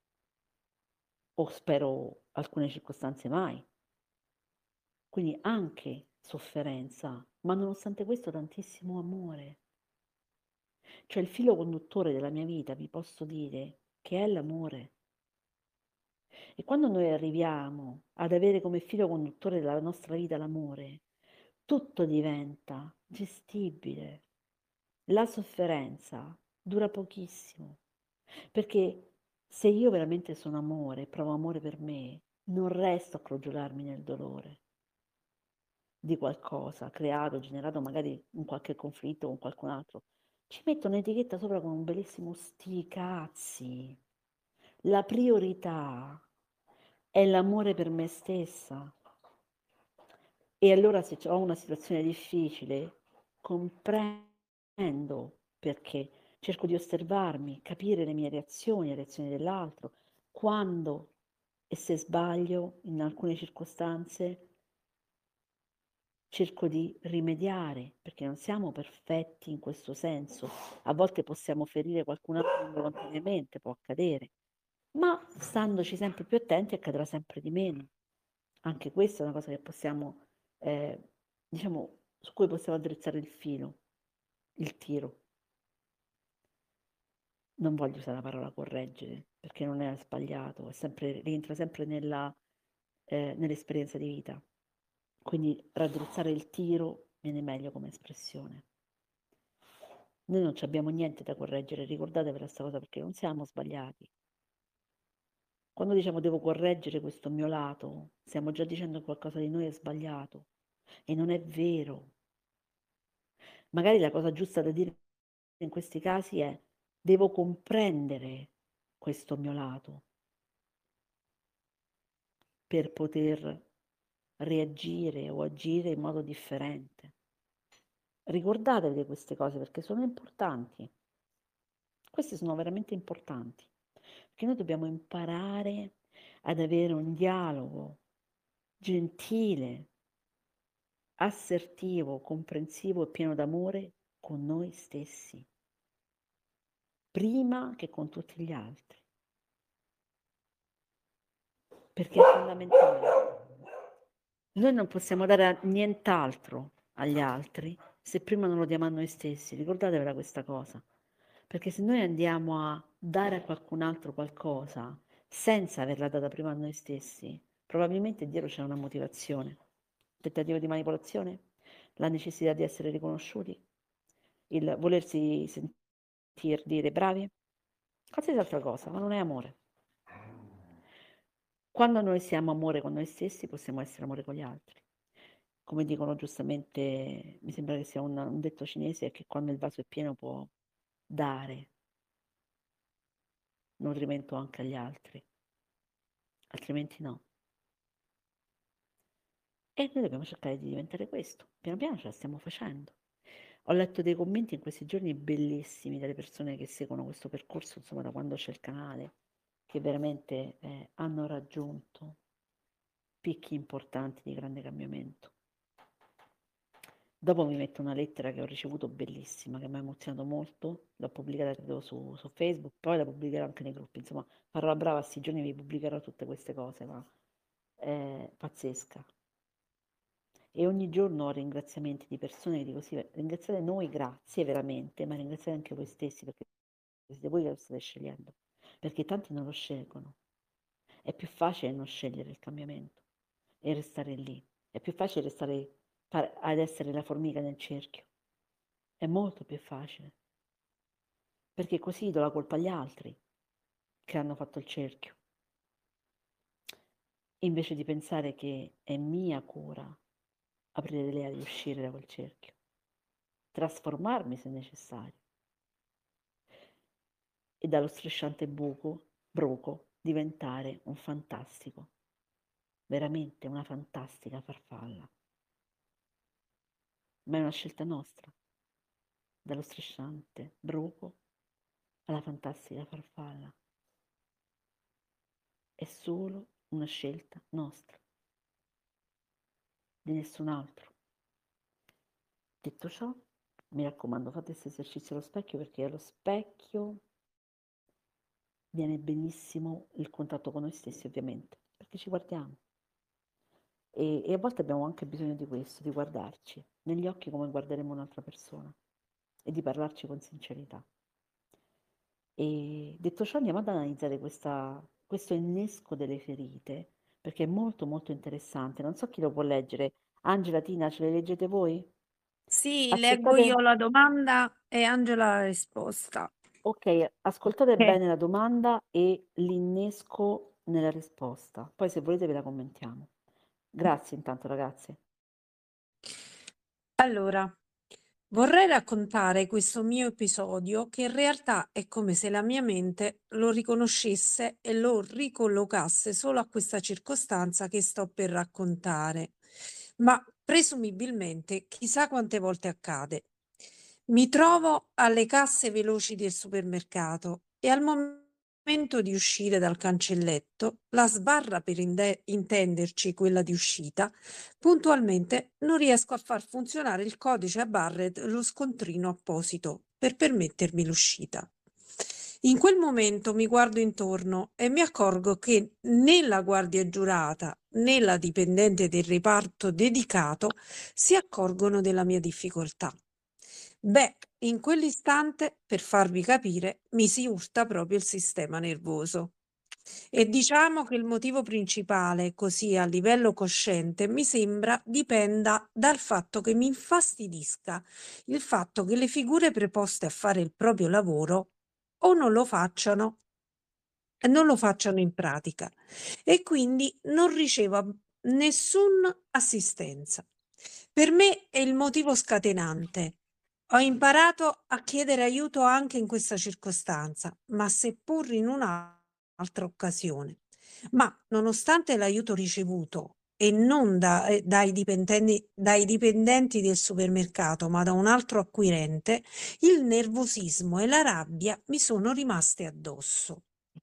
o spero alcune circostanze mai. Quindi anche sofferenza, ma nonostante questo tantissimo amore. Cioè il filo conduttore della mia vita, vi posso dire, che è l'amore. E quando noi arriviamo ad avere come filo conduttore della nostra vita l'amore, tutto diventa gestibile. La sofferenza dura pochissimo, perché se io veramente sono amore, provo amore per me, non resto a crogiolarmi nel dolore di qualcosa creato, generato magari in qualche conflitto con qualcun altro. Ci metto un'etichetta sopra con un bellissimo sti cazzi. La priorità è l'amore per me stessa. E allora se ho una situazione difficile, comprendo perché, cerco di osservarmi, capire le mie reazioni, le reazioni dell'altro, quando e se sbaglio in alcune circostanze cerco di rimediare, perché non siamo perfetti in questo senso. A volte possiamo ferire qualcun altro involontariamente, può accadere, ma standoci sempre più attenti accadrà sempre di meno. Anche questa è una cosa che possiamo, eh, diciamo, su cui possiamo addrizzare il filo, il tiro. Non voglio usare la parola correggere, perché non è sbagliato, è sempre, rientra sempre nella, eh, nell'esperienza di vita. Quindi raddrizzare il tiro viene meglio come espressione. Noi non abbiamo niente da correggere, ricordatevi questa cosa perché non siamo sbagliati. Quando diciamo devo correggere questo mio lato, stiamo già dicendo che qualcosa di noi è sbagliato e non è vero. Magari la cosa giusta da dire in questi casi è devo comprendere questo mio lato per poter reagire o agire in modo differente. Ricordatevi di queste cose perché sono importanti. Queste sono veramente importanti, perché noi dobbiamo imparare ad avere un dialogo gentile, assertivo, comprensivo e pieno d'amore con noi stessi, prima che con tutti gli altri, perché è fondamentale. Noi non possiamo dare nient'altro agli altri se prima non lo diamo a noi stessi, ricordatevela questa cosa, perché se noi andiamo a dare a qualcun altro qualcosa senza averla data prima a noi stessi, probabilmente dietro c'è una motivazione, tentativo di manipolazione, la necessità di essere riconosciuti, il volersi sentir dire bravi, qualsiasi altra cosa, ma non è amore. Quando noi siamo amore con noi stessi, possiamo essere amore con gli altri. Come dicono giustamente, mi sembra che sia un, un detto cinese, che quando il vaso è pieno può dare nutrimento anche agli altri, altrimenti no. E noi dobbiamo cercare di diventare questo. Piano piano ce la stiamo facendo. Ho letto dei commenti in questi giorni bellissimi delle persone che seguono questo percorso, insomma, da quando c'è il canale, che veramente eh, hanno raggiunto picchi importanti di grande cambiamento. Dopo mi metto una lettera che ho ricevuto bellissima, che mi ha emozionato molto, l'ho pubblicata credo su, su Facebook, poi la pubblicherò anche nei gruppi, insomma farò la brava, questi giorni vi pubblicherò tutte queste cose, ma è pazzesca. E ogni giorno ho ringraziamenti di persone che dico sì, ringraziate noi, grazie veramente, ma ringraziate anche voi stessi perché siete voi che lo state scegliendo, perché tanti non lo scelgono. È più facile non scegliere il cambiamento e restare lì, è più facile restare ad essere la formica nel cerchio. È molto più facile, perché così do la colpa agli altri che hanno fatto il cerchio, invece di pensare che è mia cura aprire le ali e uscire da quel cerchio, trasformarmi se necessario e dallo strisciante buco, bruco diventare un fantastico, veramente una fantastica farfalla. Ma è una scelta nostra, dallo strisciante bruco alla fantastica farfalla. È solo una scelta nostra. di nessun altro. Detto ciò, mi raccomando, fate questo esercizio allo specchio, perché allo specchio viene benissimo il contatto con noi stessi, ovviamente, perché ci guardiamo. E, e a volte abbiamo anche bisogno di questo, di guardarci negli occhi come guarderemo un'altra persona e di parlarci con sincerità. E detto ciò, andiamo ad analizzare questa, questo innesco delle ferite, perché è molto molto interessante. Non so chi lo può leggere. Angela, Tina, ce le leggete voi? Sì, leggo Ascoltate, io la domanda e Angela la risposta. ok, ascoltate Ok. bene la domanda e l'innesco nella risposta. Poi se volete ve la commentiamo. Grazie intanto, ragazze. Allora, vorrei raccontare questo mio episodio che in realtà è come se la mia mente lo riconoscesse e lo ricollocasse solo a questa circostanza che sto per raccontare, ma presumibilmente chissà quante volte accade. Mi trovo alle casse veloci del supermercato e al momento di uscire dal cancelletto, la sbarra per inde- intenderci quella di uscita, puntualmente non riesco a far funzionare il codice a barre dello scontrino apposito per permettermi l'uscita. In quel momento mi guardo intorno e mi accorgo che né la guardia giurata né la dipendente del reparto dedicato si accorgono della mia difficoltà. Beh, in quell'istante, per farvi capire, mi si urta proprio il sistema nervoso. E diciamo che il motivo principale, così a livello cosciente, mi sembra dipenda dal fatto che mi infastidisca il fatto che le figure preposte a fare il proprio lavoro o non lo facciano, non lo facciano in pratica e quindi non riceva nessuna assistenza. Per me è il motivo scatenante. Ho imparato a chiedere aiuto anche in questa circostanza, ma seppur in un'altra occasione. Ma nonostante l'aiuto ricevuto e non da- eh, dai dipendenti, dai dipendenti del supermercato, ma da un altro acquirente, il nervosismo e la rabbia mi sono rimaste addosso.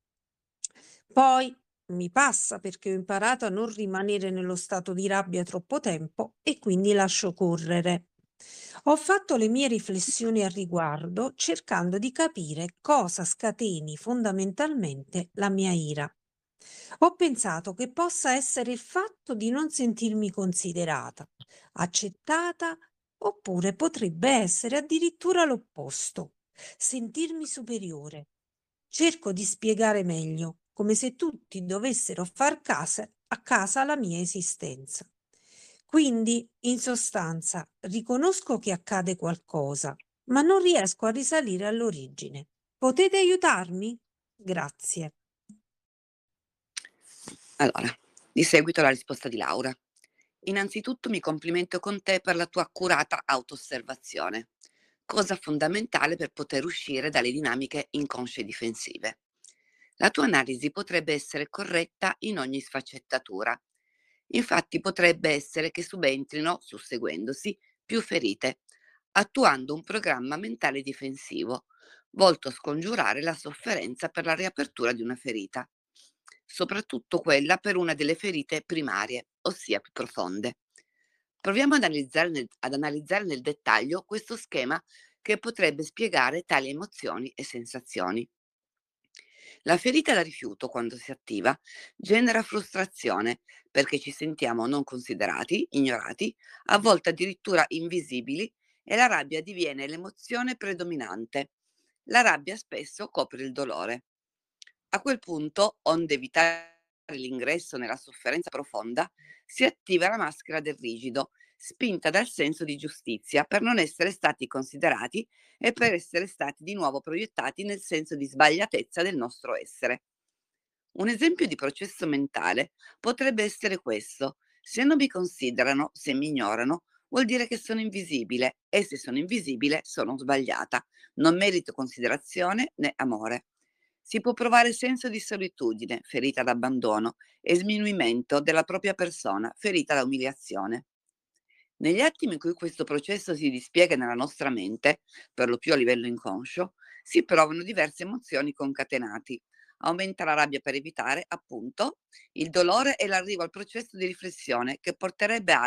Poi mi passa perché ho imparato a non rimanere nello stato di rabbia troppo tempo e quindi lascio correre. Ho fatto le mie riflessioni al riguardo cercando di capire cosa scateni fondamentalmente la mia ira. Ho pensato che possa essere il fatto di non sentirmi considerata, accettata, oppure potrebbe essere addirittura l'opposto, sentirmi superiore. Cerco di spiegare meglio, come se tutti dovessero far casa a casa la mia esistenza. Quindi, in sostanza, riconosco che accade qualcosa, ma non riesco a risalire all'origine. Potete aiutarmi? Grazie. Allora, di seguito la risposta di Laura. Innanzitutto mi complimento con te per la tua accurata auto-osservazione, cosa fondamentale per poter uscire dalle dinamiche inconsce difensive. La tua analisi potrebbe essere corretta in ogni sfaccettatura. Infatti potrebbe essere che subentrino, susseguendosi, più ferite, attuando un programma mentale difensivo, volto a scongiurare la sofferenza per la riapertura di una ferita, soprattutto quella per una delle ferite primarie, ossia più profonde. Proviamo ad analizzare nel, ad analizzare nel dettaglio questo schema che potrebbe spiegare tali emozioni e sensazioni. La ferita da rifiuto, quando si attiva, genera frustrazione perché ci sentiamo non considerati, ignorati, a volte addirittura invisibili, e la rabbia diviene l'emozione predominante. La rabbia spesso copre il dolore. A quel punto, onde evitare l'ingresso nella sofferenza profonda, si attiva la maschera del rigido, spinta dal senso di giustizia per non essere stati considerati e per essere stati di nuovo proiettati nel senso di sbagliatezza del nostro essere. Un esempio di processo mentale potrebbe essere questo: se non mi considerano, se mi ignorano, vuol dire che sono invisibile, e se sono invisibile sono sbagliata, non merito considerazione né amore. Si può provare senso di solitudine, ferita da abbandono, e sminuimento della propria persona, ferita da umiliazione. Negli attimi in cui questo processo si dispiega nella nostra mente, per lo più a livello inconscio, si provano diverse emozioni concatenati. Aumenta la rabbia per evitare, appunto, il dolore e l'arrivo al processo di riflessione che porterebbe al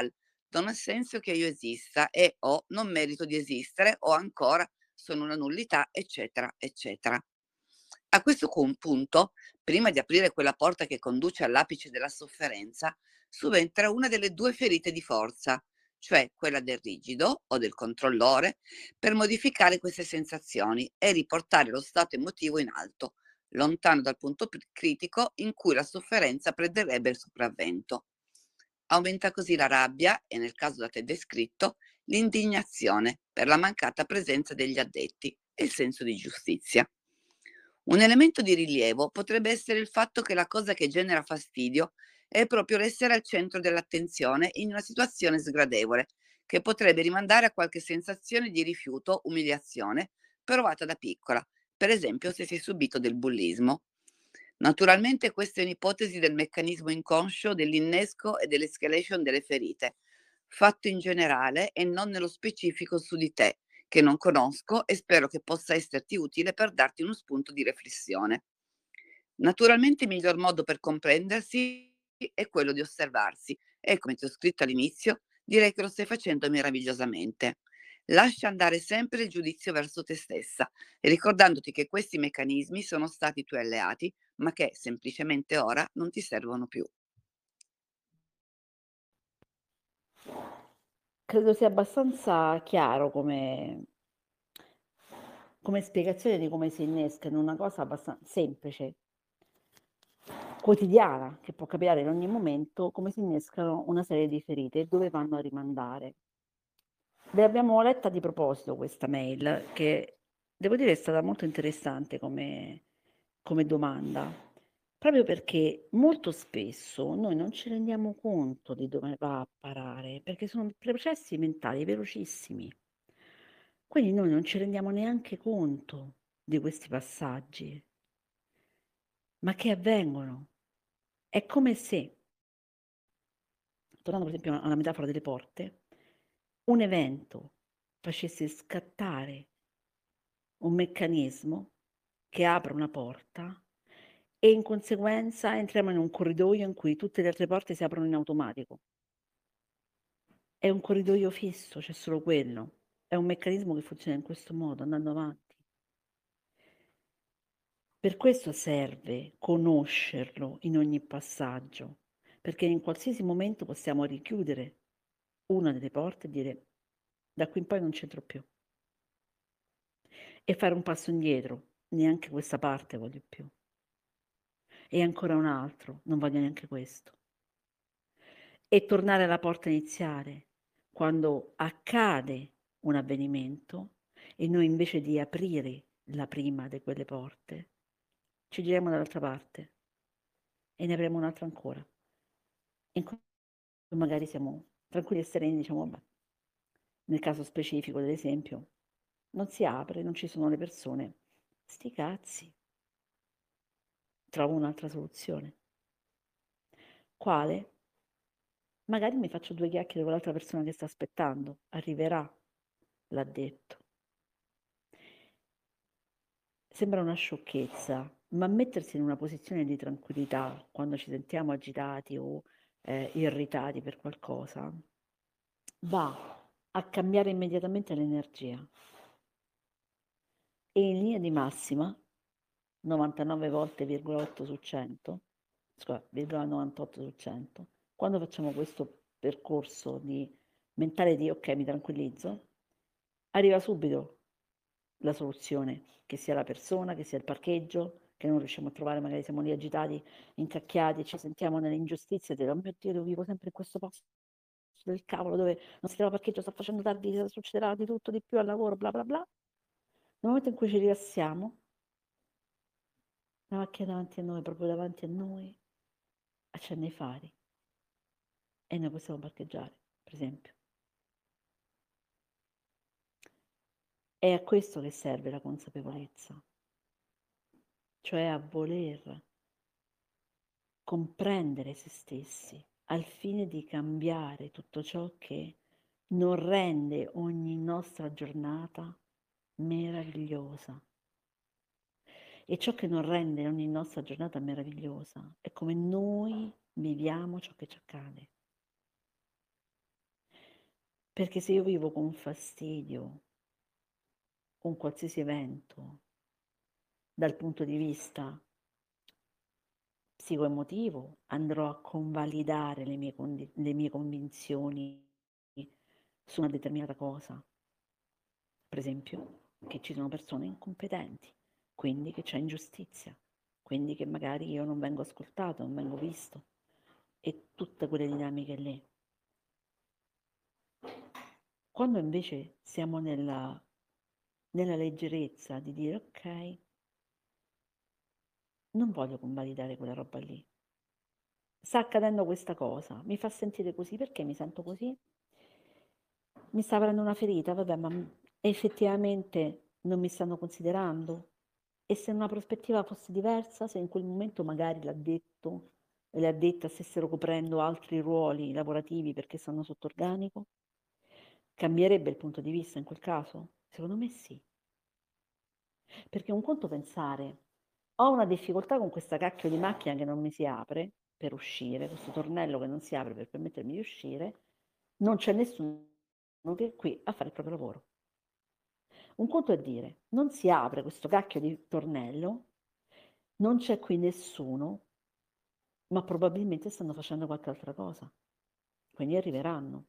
non ha senso che io esista e o non merito di esistere o ancora sono una nullità, eccetera, eccetera. A questo cum- punto, prima di aprire quella porta che conduce all'apice della sofferenza, subentra una delle due ferite di forza, cioè quella del rigido o del controllore, per modificare queste sensazioni e riportare lo stato emotivo in alto, lontano dal punto p- critico in cui la sofferenza prenderebbe il sopravvento. Aumenta così la rabbia e, nel caso da te descritto, l'indignazione per la mancata presenza degli addetti e il senso di giustizia. Un elemento di rilievo potrebbe essere il fatto che la cosa che genera fastidio è proprio l'essere al centro dell'attenzione in una situazione sgradevole, che potrebbe rimandare a qualche sensazione di rifiuto, umiliazione, provata da piccola, per esempio se si è subito del bullismo. Naturalmente questa è un'ipotesi del meccanismo inconscio dell'innesco e dell'escalation delle ferite, fatto in generale e non nello specifico su di te, che non conosco e spero che possa esserti utile per darti uno spunto di riflessione. Naturalmente il miglior modo per comprendersi è quello di osservarsi e, come ti ho scritto all'inizio, direi che lo stai facendo meravigliosamente. Lascia andare sempre il giudizio verso te stessa, ricordandoti che questi meccanismi sono stati i tuoi alleati, ma che semplicemente ora non ti servono più. Credo sia abbastanza chiaro come, come spiegazione di come si innesca in una cosa abbastanza semplice, quotidiana, che può capitare in ogni momento, come si innescano una serie di ferite e dove vanno a rimandare. Le abbiamo letta di proposito questa mail, che devo dire è stata molto interessante come, come domanda, proprio perché molto spesso noi non ci rendiamo conto di dove va a parare, perché sono processi mentali velocissimi. Quindi noi non ci rendiamo neanche conto di questi passaggi, ma che avvengono. È come se, tornando per esempio alla metafora delle porte, un evento facesse scattare un meccanismo che apre una porta e in conseguenza entriamo in un corridoio in cui tutte le altre porte si aprono in automatico. È un corridoio fisso, c'è solo quello. È un meccanismo che funziona in questo modo, andando avanti. Per questo serve conoscerlo in ogni passaggio, perché in qualsiasi momento possiamo richiudere una delle porte e dire da qui in poi non c'entro più. E fare un passo indietro, neanche questa parte voglio più. E ancora un altro, non voglio neanche questo. E tornare alla porta iniziale, quando accade un avvenimento e noi invece di aprire la prima di quelle porte, ci giriamo dall'altra parte e ne apriamo un'altra ancora. In cui magari siamo tranquilli e sereni, diciamo, vabbè, nel caso specifico dell'esempio, non si apre, non ci sono le persone, sti cazzi, trovo un'altra soluzione. Quale? Magari mi faccio due chiacchiere con l'altra persona che sta aspettando, arriverà, l'ha detto. Sembra una sciocchezza, ma mettersi in una posizione di tranquillità quando ci sentiamo agitati o eh, irritati per qualcosa va a cambiare immediatamente l'energia. E in linea di massima, novantanove volte virgola otto su cento, scusa, virgola novantotto su cento, quando facciamo questo percorso di mentale di ok, mi tranquillizzo, arriva subito la soluzione, che sia la persona, che sia il parcheggio, che non riusciamo a trovare, magari siamo lì agitati, incacchiati, ci sentiamo nelle ingiustizie, e oh mio Dio, io vivo sempre in questo posto del cavolo dove non si trova parcheggio, sta facendo tardi, succederà di tutto, di più al lavoro, bla bla bla. Nel momento in cui ci rilassiamo, la macchina davanti a noi, proprio davanti a noi, accende i fari e noi possiamo parcheggiare, per esempio. È a questo che serve la consapevolezza, cioè a voler comprendere se stessi al fine di cambiare tutto ciò che non rende ogni nostra giornata meravigliosa. E ciò che non rende ogni nostra giornata meravigliosa è come noi viviamo ciò che ci accade. Perché se io vivo con fastidio un qualsiasi evento dal punto di vista psicoemotivo, andrò a convalidare le mie, condi- le mie convinzioni su una determinata cosa. Per esempio, che ci sono persone incompetenti, quindi che c'è ingiustizia, quindi che magari io non vengo ascoltato, non vengo visto, e tutte quelle dinamiche lì. Quando invece siamo nella, nella leggerezza di dire ok, non voglio convalidare quella roba lì. Sta accadendo questa cosa, mi fa sentire così, perché mi sento così? Mi sta aprendo una ferita, vabbè, ma effettivamente non mi stanno considerando? E se una prospettiva fosse diversa, se in quel momento magari l'addetto e l'addetta stessero coprendo altri ruoli lavorativi perché stanno sotto organico, cambierebbe il punto di vista in quel caso? Secondo me sì. Perché un conto pensare, ho una difficoltà con questa cacchio di macchina che non mi si apre per uscire, questo tornello che non si apre per permettermi di uscire, non c'è nessuno che è qui a fare il proprio lavoro. Un conto è dire, non si apre questo cacchio di tornello, non c'è qui nessuno, ma probabilmente stanno facendo qualche altra cosa, quindi arriveranno.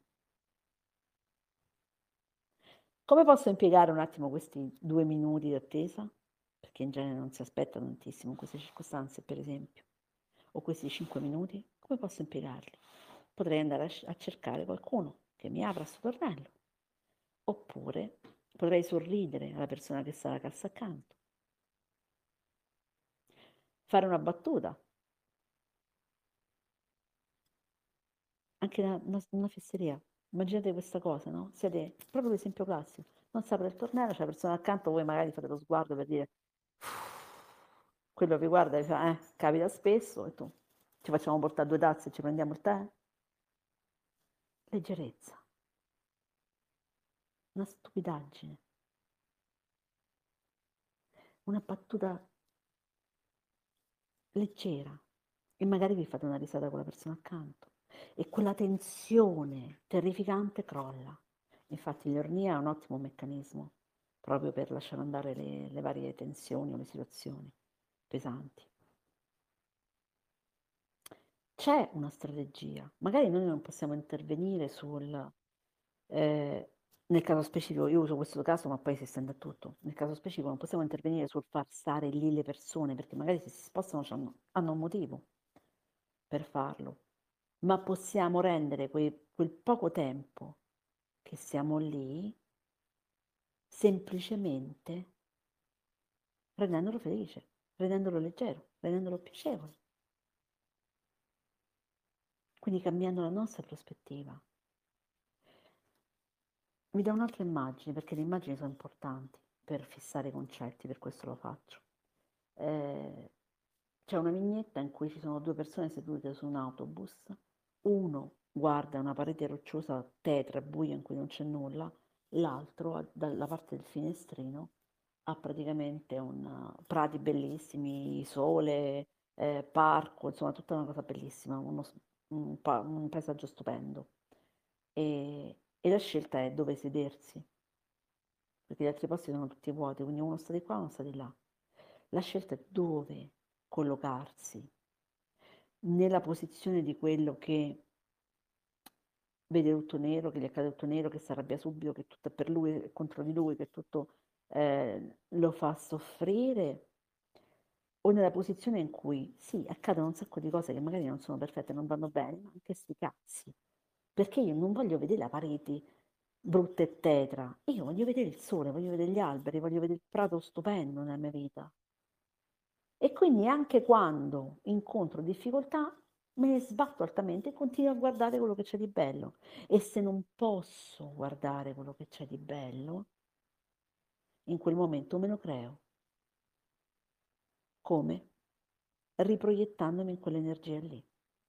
Come posso impiegare un attimo questi due minuti di attesa? Perché in genere non si aspetta tantissimo in queste circostanze, per esempio, o questi cinque minuti, come posso impiegarli? Potrei andare a, a cercare qualcuno che mi apra questo tornello, oppure potrei sorridere alla persona che sta alla cassa accanto, fare una battuta, anche una, una, una fesseria. Immaginate questa cosa, no? Siete proprio l'esempio classico. Non si apre il tornello, c'è la persona accanto, voi magari fate lo sguardo per dire quello vi guarda e dice, eh, capita spesso, e tu, ci facciamo portare due tazze e ci prendiamo il tè? Leggerezza, una stupidaggine, una battuta leggera e magari vi fate una risata con la persona accanto e quella tensione terrificante crolla. Infatti l'ornia è un ottimo meccanismo proprio per lasciare andare le, le varie tensioni o le situazioni pesanti. C'è una strategia, magari noi non possiamo intervenire sul, eh, nel caso specifico, io uso questo caso ma poi si estende a tutto, nel caso specifico non possiamo intervenire sul far stare lì le persone perché magari se si spostano hanno, hanno un motivo per farlo, ma possiamo rendere quei, quel poco tempo che siamo lì semplicemente rendendolo felice, rendendolo leggero, rendendolo piacevole, quindi cambiando la nostra prospettiva. Mi dà un'altra immagine, perché le immagini sono importanti per fissare i concetti, per questo lo faccio. Eh, c'è una vignetta in cui ci sono due persone sedute su un autobus, uno guarda una parete rocciosa tetra, buia in cui non c'è nulla, l'altro dalla parte del finestrino ha praticamente un, prati bellissimi, sole, eh, parco, insomma tutta una cosa bellissima, uno, un, un paesaggio stupendo. E, e la scelta è dove sedersi, perché gli altri posti sono tutti vuoti, quindi uno sta di qua, uno sta di là. La scelta è dove collocarsi, nella posizione di quello che vede tutto nero, che gli accade tutto nero, che si arrabbia subito, che tutto è per lui e contro di lui, che tutto eh, lo fa soffrire, o nella posizione in cui sì, accadono un sacco di cose che magari non sono perfette, non vanno bene, ma anche sti cazzi, perché io non voglio vedere la parete brutta e tetra, io voglio vedere il sole, voglio vedere gli alberi, voglio vedere il prato stupendo nella mia vita. E quindi anche quando incontro difficoltà, me ne sbatto altamente e continuo a guardare quello che c'è di bello. E se non posso guardare quello che c'è di bello, in quel momento me lo creo. Come? Riproiettandomi in quell'energia lì.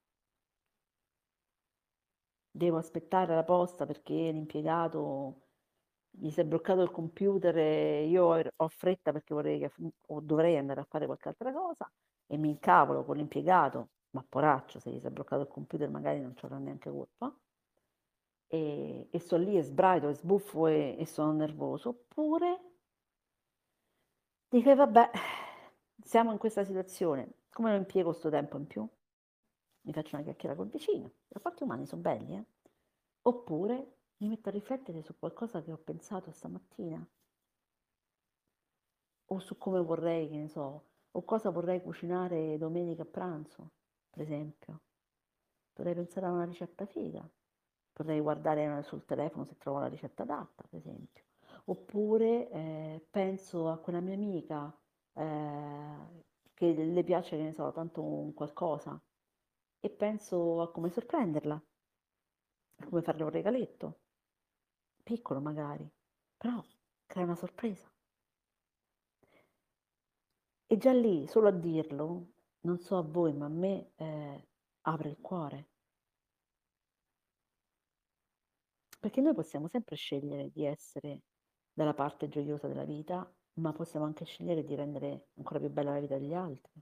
Devo aspettare la posta perché l'impiegato gli si è bloccato il computer e io ho ho fretta perché vorrei che, o dovrei andare a fare qualche altra cosa e mi incavolo con l'impiegato, ma poraccio, se gli si è bloccato il computer magari non ci avrà neanche colpa. e, e sto lì e sbraito e sbuffo e, e sono nervoso, oppure dico, vabbè, siamo in questa situazione, come lo impiego sto tempo in più? Mi faccio una chiacchiera col vicino, i rapporti umani sono belli, eh? Oppure mi metto a riflettere su qualcosa che ho pensato stamattina, o su come vorrei, che ne so, o cosa vorrei cucinare domenica a pranzo, per esempio. Potrei pensare a una ricetta figa, potrei guardare sul telefono se trovo la ricetta adatta, per esempio. Oppure eh, penso a quella mia amica eh, che le piace, che ne so, tanto un qualcosa e penso a come sorprenderla, a come farle un regaletto, piccolo magari, però crea una sorpresa. E già lì, solo a dirlo, non so a voi, ma a me eh, apre il cuore. Perché noi possiamo sempre scegliere di essere dalla parte gioiosa della vita, ma possiamo anche scegliere di rendere ancora più bella la vita degli altri.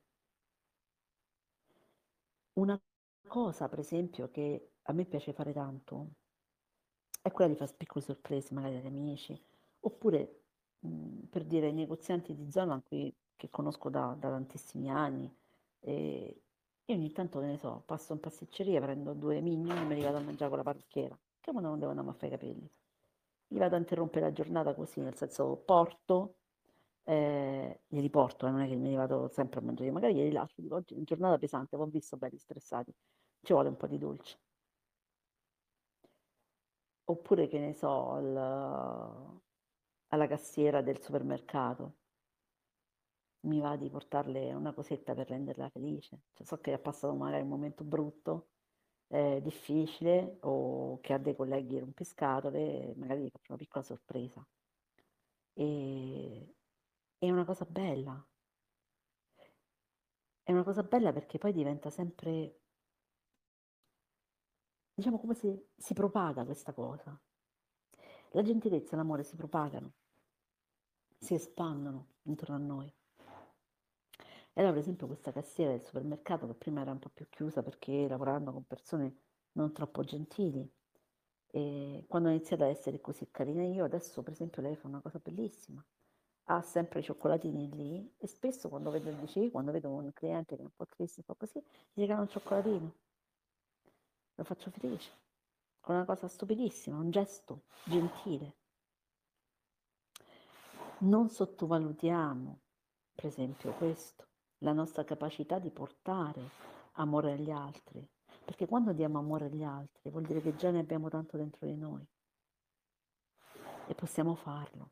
Una cosa, per esempio, che a me piace fare tanto è quella di fare piccole sorprese magari agli amici, oppure mh, per dire ai negozianti di zona qui, che conosco da, da tantissimi anni, e io ogni tanto, che ne so, passo in pasticceria, prendo due mignon e me li vado a mangiare con la parrucchiera, che quando non devo andare a fare i capelli. Gli vado a interrompere la giornata così, nel senso porto, eh, glieli porto, eh, non è che me li vado sempre a mangiare, magari glieli lascio, dico, oggi è una giornata pesante, vi ho visto belli stressati, ci vuole un po' di dolce. Oppure, che ne so, al- alla cassiera del supermercato, mi va di portarle una cosetta per renderla felice. Cioè, so che ha passato magari un momento brutto, eh, difficile, o che ha dei colleghi rompiscatole, magari gli faccio una piccola sorpresa. E è una cosa bella, è una cosa bella perché poi diventa sempre, diciamo, come se si propaga questa cosa. La gentilezza e l'amore si propagano, si espandono intorno a noi. E allora, per esempio, questa cassiera del supermercato, che prima era un po' più chiusa perché lavorando con persone non troppo gentili, e quando ho iniziato a essere così carina io, adesso, per esempio, lei fa una cosa bellissima. Ha sempre i cioccolatini lì e spesso quando vedo, dice, quando vedo un cliente che è un po' triste, un po' così, gli regalo un cioccolatino. Lo faccio felice. Con una cosa stupidissima, un gesto gentile. Non sottovalutiamo, per esempio, questo, la nostra capacità di portare amore agli altri, perché quando diamo amore agli altri vuol dire che già ne abbiamo tanto dentro di noi e possiamo farlo,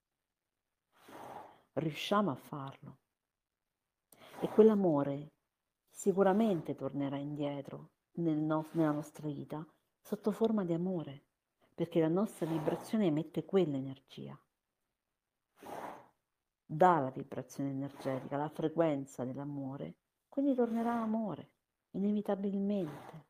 riusciamo a farlo e quell'amore sicuramente tornerà indietro nel no- nella nostra vita sotto forma di amore, perché la nostra vibrazione emette quell'energia. Dà la vibrazione energetica, la frequenza dell'amore, quindi tornerà amore, inevitabilmente.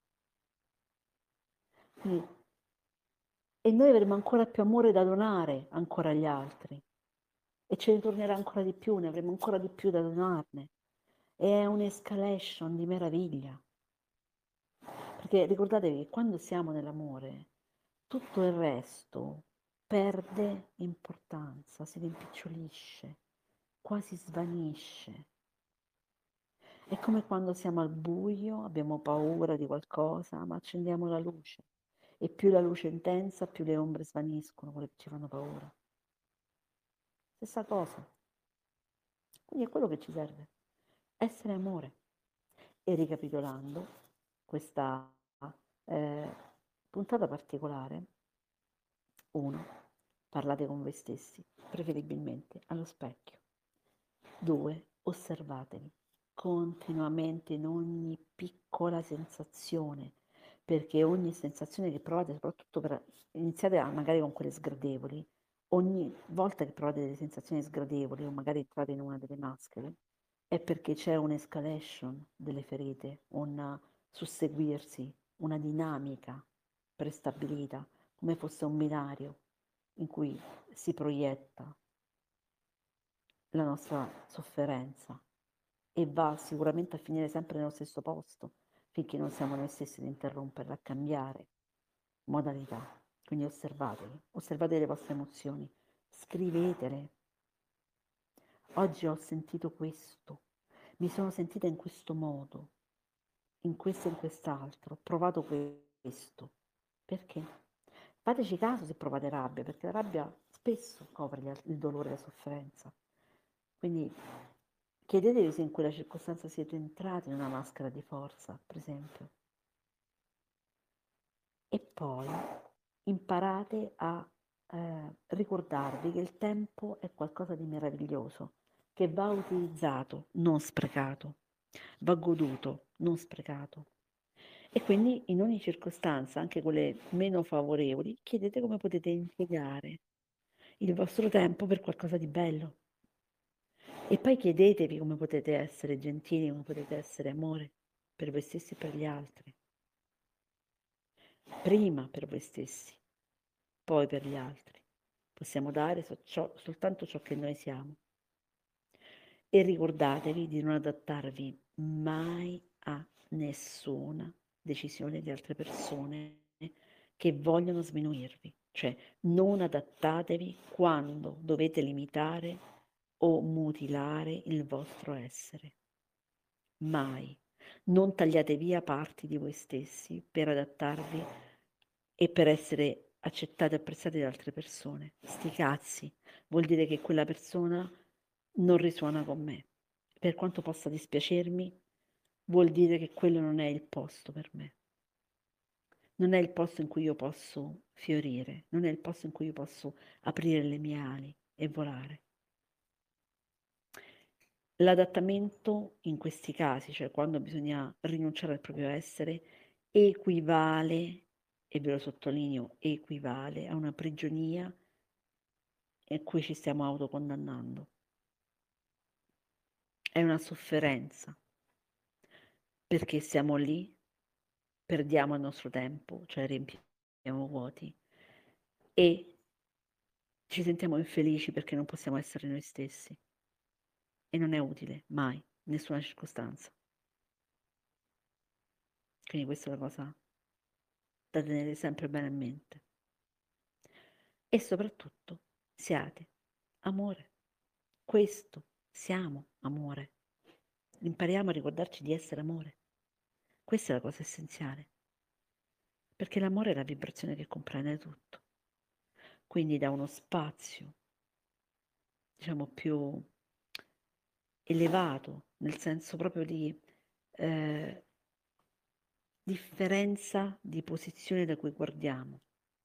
Quindi, e noi avremo ancora più amore da donare ancora agli altri e ce ne tornerà ancora di più, ne avremo ancora di più da donarne. E è un'escalation di meraviglia. Perché ricordatevi che quando siamo nell'amore, tutto il resto perde importanza, si rimpicciolisce, quasi svanisce. È come quando siamo al buio, abbiamo paura di qualcosa, ma accendiamo la luce. E più la luce è intensa, più le ombre svaniscono, quelle che ci fanno paura. Stessa cosa. Quindi è quello che ci serve. Essere amore. E ricapitolando questa eh, puntata particolare, uno, parlate con voi stessi, preferibilmente allo specchio. Due, osservatevi continuamente in ogni piccola sensazione, perché ogni sensazione che provate, soprattutto per iniziate a, magari con quelle sgradevoli, ogni volta che provate delle sensazioni sgradevoli o magari entrate in una delle maschere, è perché c'è un'escalation delle ferite, un susseguirsi, una dinamica prestabilita, come fosse un binario in cui si proietta la nostra sofferenza e va sicuramente a finire sempre nello stesso posto, finché non siamo noi stessi ad interromperla, a cambiare modalità. Quindi osservatele, osservate le vostre emozioni, scrivetele. Oggi ho sentito questo, mi sono sentita in questo modo, in questo e in quest'altro, ho provato questo. Perché? Fateci caso se provate rabbia, perché la rabbia spesso copre il dolore e la sofferenza. Quindi chiedetevi se in quella circostanza siete entrati in una maschera di forza, per esempio. E poi imparate a eh, ricordarvi che il tempo è qualcosa di meraviglioso, che va utilizzato, non sprecato, va goduto, non sprecato. E quindi in ogni circostanza, anche quelle meno favorevoli, chiedete come potete impiegare il vostro tempo per qualcosa di bello. E poi chiedetevi come potete essere gentili, come potete essere amore per voi stessi e per gli altri. Prima per voi stessi, poi per gli altri. Possiamo dare so ciò, soltanto ciò che noi siamo. E ricordatevi di non adattarvi mai a nessuna decisione di altre persone che vogliono sminuirvi. Cioè, non adattatevi quando dovete limitare o mutilare il vostro essere. Mai. Non tagliate via parti di voi stessi per adattarvi e per essere accettati e apprezzati da altre persone. Sti cazzi, vuol dire che quella persona non risuona con me. Per quanto possa dispiacermi, vuol dire che quello non è il posto per me. Non è il posto in cui io posso fiorire, non è il posto in cui io posso aprire le mie ali e volare. L'adattamento in questi casi, cioè quando bisogna rinunciare al proprio essere, equivale, e ve lo sottolineo, equivale a una prigionia in cui ci stiamo autocondannando. È una sofferenza, perché siamo lì, perdiamo il nostro tempo, cioè riempiamo vuoti, e ci sentiamo infelici perché non possiamo essere noi stessi. E non è utile, mai, in nessuna circostanza. Quindi questa è una cosa da tenere sempre bene a mente. E soprattutto siate amore. Questo siamo amore. Impariamo a ricordarci di essere amore. Questa è la cosa essenziale. Perché l'amore è la vibrazione che comprende tutto. Quindi dà uno spazio, diciamo, più elevato, nel senso proprio di eh, differenza di posizione da cui guardiamo.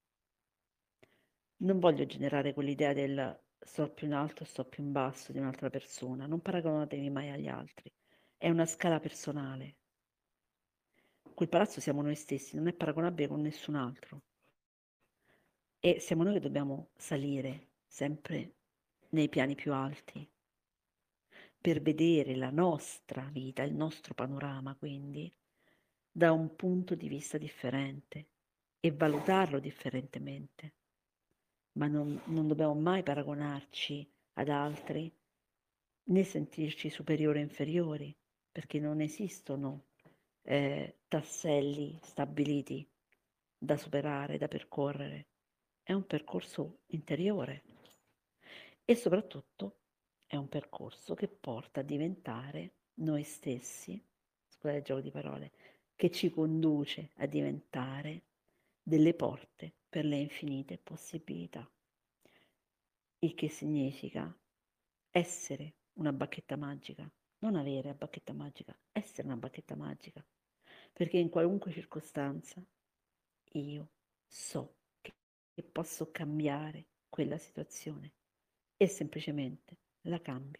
Non voglio generare quell'idea del sto più in alto e sto più in basso di un'altra persona, non paragonatevi mai agli altri, è una scala personale. Quel palazzo siamo noi stessi, non è paragonabile con nessun altro. E siamo noi che dobbiamo salire sempre nei piani più alti per vedere la nostra vita, il nostro panorama, quindi, da un punto di vista differente e valutarlo differentemente. Ma non, non dobbiamo mai paragonarci ad altri né sentirci superiori o inferiori, perché non esistono eh, tasselli stabiliti da superare, da percorrere. È un percorso interiore e soprattutto è un percorso che porta a diventare noi stessi, scusate il gioco di parole, che ci conduce a diventare delle porte per le infinite possibilità. Il che significa essere una bacchetta magica, non avere la bacchetta magica, essere una bacchetta magica, perché in qualunque circostanza io so che, che posso cambiare quella situazione e semplicemente la cambio,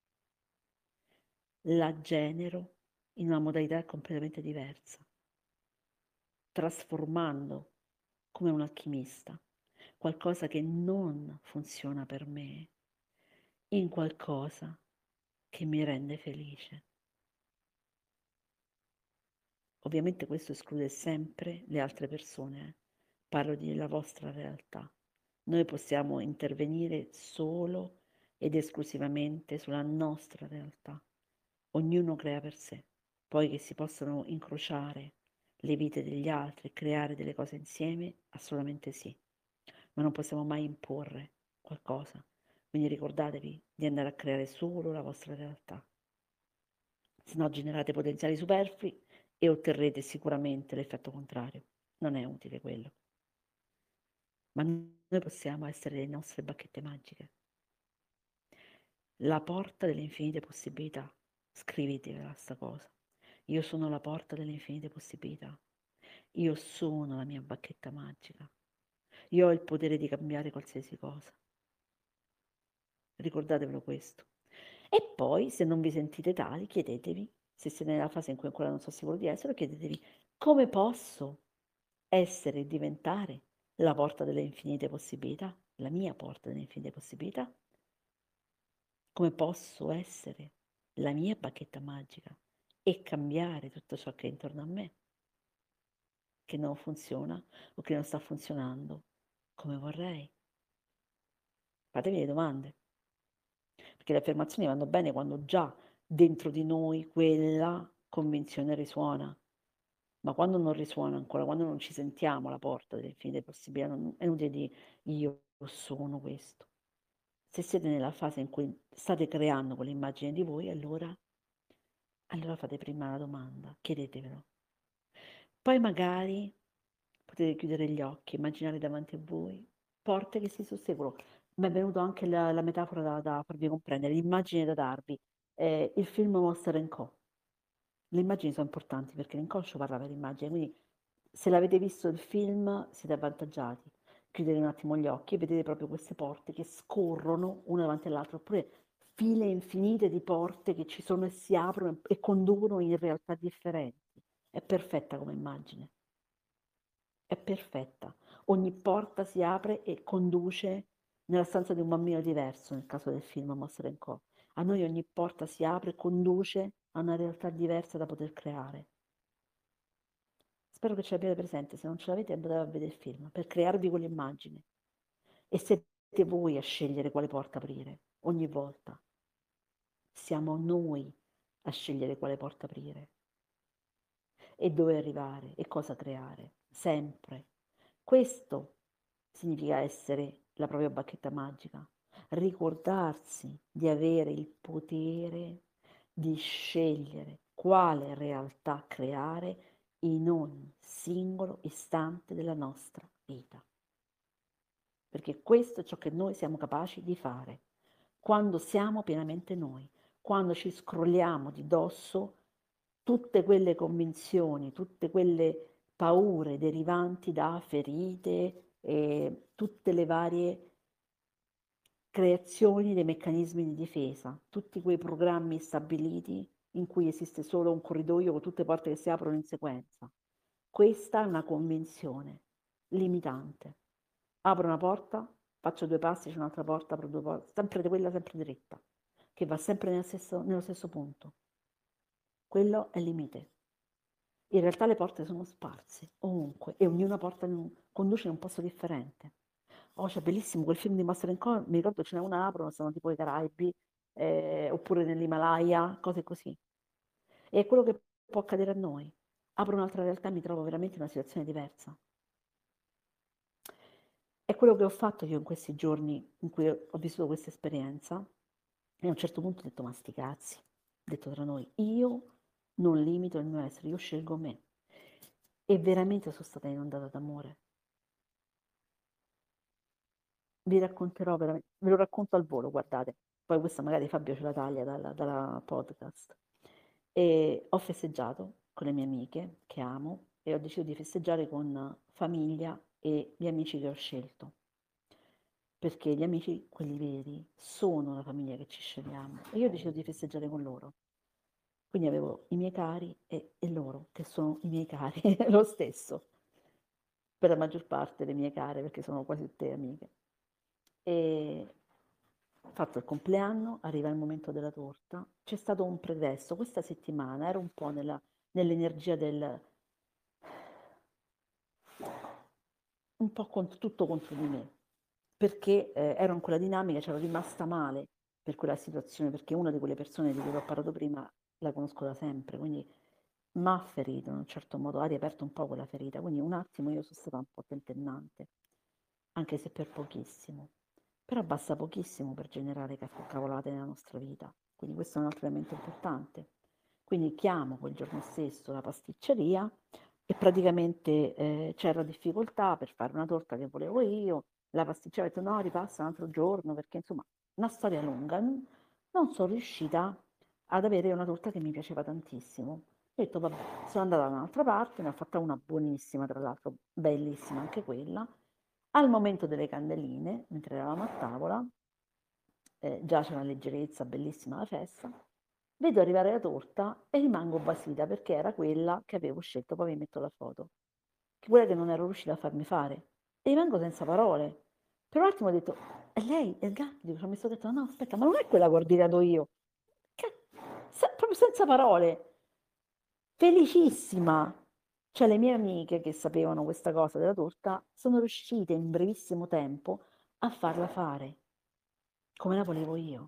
la genero in una modalità completamente diversa, trasformando come un alchimista qualcosa che non funziona per me in qualcosa che mi rende felice. Ovviamente questo esclude sempre le altre persone, eh. Parlo della vostra realtà. Noi possiamo intervenire solo ed esclusivamente sulla nostra realtà. Ognuno crea per sé. Poi che si possano incrociare le vite degli altri, creare delle cose insieme, assolutamente sì, ma non possiamo mai imporre qualcosa. Quindi ricordatevi di andare a creare solo la vostra realtà, se no generate potenziali superflui e otterrete sicuramente l'effetto contrario. Non è utile quello. Ma noi possiamo essere le nostre bacchette magiche. La porta delle infinite possibilità. Scrivetevela sta cosa. Io sono la porta delle infinite possibilità. Io sono la mia bacchetta magica. Io ho il potere di cambiare qualsiasi cosa. Ricordatevelo questo. E poi, se non vi sentite tali, chiedetevi, se siete nella fase in cui ancora non sono sicuro di essere, chiedetevi come posso essere e diventare la porta delle infinite possibilità, la mia porta delle infinite possibilità. Come posso essere la mia bacchetta magica e cambiare tutto ciò che è intorno a me, che non funziona o che non sta funzionando come vorrei. Fatevi le domande, perché le affermazioni vanno bene quando già dentro di noi quella convinzione risuona, ma quando non risuona ancora, quando non ci sentiamo alla porta delle infinite possibilità, non è inutile di io sono questo. Se siete nella fase in cui state creando quell'immagine di voi, allora, allora fate prima la domanda, chiedetevelo. Poi magari potete chiudere gli occhi, immaginare davanti a voi porte che si susseguono. Mi è venuta anche la, la metafora da, da farvi comprendere, l'immagine da darvi. Eh, il film Monster and Co. Le immagini sono importanti perché l'inconscio parla per immagini, quindi se l'avete visto il film siete avvantaggiati. Chiudete un attimo gli occhi e vedete proprio queste porte che scorrono una davanti all'altra, oppure file infinite di porte che ci sono e si aprono e conducono in realtà differenti. È perfetta come immagine. È perfetta. Ogni porta si apre e conduce nella stanza di un bambino diverso, nel caso del film Monster and Co. A noi ogni porta si apre e conduce a una realtà diversa da poter creare. Spero che ce l'abbiate presente, se non ce l'avete andate a vedere il film, per crearvi quell'immagine. E siete voi a scegliere quale porta aprire, ogni volta. Siamo noi a scegliere quale porta aprire e dove arrivare e cosa creare, sempre. Questo significa essere la propria bacchetta magica, ricordarsi di avere il potere di scegliere quale realtà creare in ogni singolo istante della nostra vita. Perché questo è ciò che noi siamo capaci di fare, quando siamo pienamente noi, quando ci scrolliamo di dosso tutte quelle convinzioni, tutte quelle paure derivanti da ferite e tutte le varie creazioni dei meccanismi di difesa, tutti quei programmi stabiliti in cui esiste solo un corridoio con tutte le porte che si aprono in sequenza. Questa è una convinzione limitante. Apro una porta, faccio due passi, c'è un'altra porta, apro due porte, sempre quella sempre dritta, che va sempre nel stesso, nello stesso punto. Quello è il limite. In realtà le porte sono sparse ovunque e ognuna porta in un, conduce in un posto differente. Oh, c'è bellissimo quel film di Master and Co. Mi ricordo ce n'è una aprono, sono tipo i Caraibi, eh, oppure nell'Himalaya, cose così. E è quello che può accadere a noi. Apro un'altra realtà e mi trovo veramente in una situazione diversa. È quello che ho fatto io in questi giorni in cui ho vissuto questa esperienza e a un certo punto ho detto, ma sti cazzi, ho detto tra noi, io non limito il mio essere, io scelgo me. E veramente sono stata inondata d'amore. Vi racconterò veramente, ve lo racconto al volo, guardate. Poi questa magari Fabio ce la taglia dalla, dalla podcast. E ho festeggiato con le mie amiche, che amo, e ho deciso di festeggiare con famiglia e gli amici che ho scelto. Perché gli amici, quelli veri, sono la famiglia che ci scegliamo. E io ho deciso di festeggiare con loro. Quindi avevo i miei cari e, e loro, che sono i miei cari, lo stesso. Per la maggior parte le mie care, perché sono quasi tutte amiche. E fatto il compleanno, arriva il momento della torta, c'è stato un pregresso, questa settimana ero un po' nella, nell'energia del... un po' contro, tutto contro di me, perché eh, ero in quella dinamica, c'ero rimasta male per quella situazione, perché una di quelle persone di cui ho parlato prima la conosco da sempre, quindi m'ha ferito in un certo modo, ha riaperto un po' quella ferita, quindi un attimo io sono stata un po' tentennante, anche se per pochissimo. Però basta pochissimo per generare ca- cavolate nella nostra vita, quindi questo è un altro elemento importante. Quindi chiamo quel giorno stesso la pasticceria e praticamente eh, c'era difficoltà per fare una torta che volevo io, la pasticceria ha detto no, ripassa un altro giorno, perché insomma, una storia lunga, n- non sono riuscita ad avere una torta che mi piaceva tantissimo. Ho detto vabbè, sono andata da un'altra parte, ne ho fatta una buonissima, tra l'altro bellissima anche quella. Al momento delle candeline, mentre eravamo a tavola, eh, già c'è una leggerezza, bellissima la festa, vedo arrivare la torta e rimango basita perché era quella che avevo scelto, poi vi metto la foto, che quella che non ero riuscita a farmi fare. E rimango senza parole. Per un attimo ho detto, è lei, è il gatto, ci ho messo detto, no, aspetta, ma non è quella che ho ordinato io. Che- se- proprio senza parole, felicissima. Cioè le mie amiche che sapevano questa cosa della torta sono riuscite in brevissimo tempo a farla fare come la volevo io.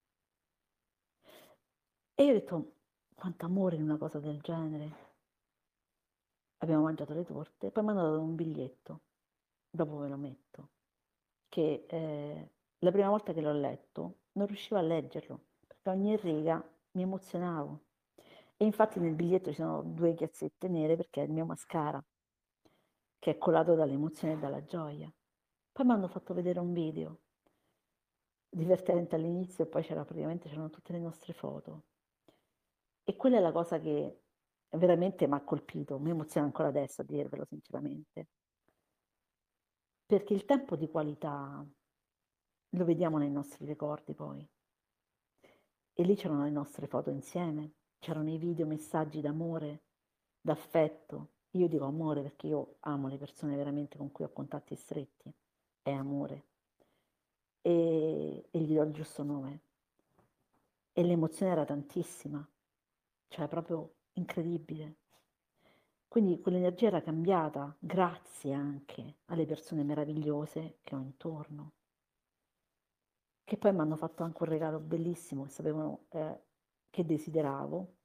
E io ho detto, quanto amore in una cosa del genere. Abbiamo mangiato le torte, poi mi hanno dato un biglietto, dopo ve lo metto, che eh, la prima volta che l'ho letto non riuscivo a leggerlo, perché ogni riga mi emozionavo. E infatti nel biglietto ci sono due chiazzette nere perché è il mio mascara, che è colato dall'emozione e dalla gioia. Poi mi hanno fatto vedere un video, divertente all'inizio, e poi c'era praticamente, c'erano tutte le nostre foto. E quella è la cosa che veramente mi ha colpito, mi emoziona ancora adesso a dirvelo sinceramente, perché il tempo di qualità lo vediamo nei nostri ricordi poi. E lì c'erano le nostre foto insieme, c'erano i video, messaggi d'amore, d'affetto. Io dico amore perché io amo le persone veramente con cui ho contatti stretti, è amore. E, e gli do il giusto nome. E l'emozione era tantissima, cioè proprio incredibile. Quindi quell'energia era cambiata grazie anche alle persone meravigliose che ho intorno, che poi mi hanno fatto anche un regalo bellissimo, che sapevano eh, che desideravo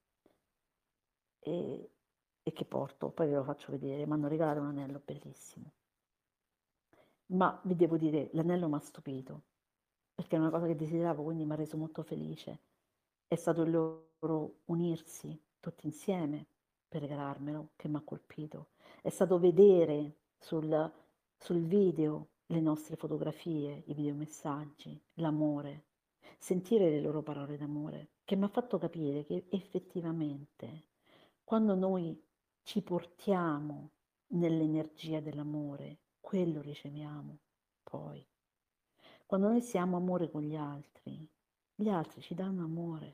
e, e che porto, poi ve lo faccio vedere, mi hanno regalato un anello bellissimo. Ma vi devo dire, l'anello mi ha stupito, perché è una cosa che desideravo, quindi mi ha reso molto felice. È stato il loro unirsi tutti insieme per regalarmelo che mi ha colpito. È stato vedere sul, sul video le nostre fotografie, i videomessaggi, l'amore, sentire le loro parole d'amore, che mi ha fatto capire che effettivamente quando noi ci portiamo nell'energia dell'amore, quello riceviamo poi. Quando noi siamo amore con gli altri, gli altri ci danno amore.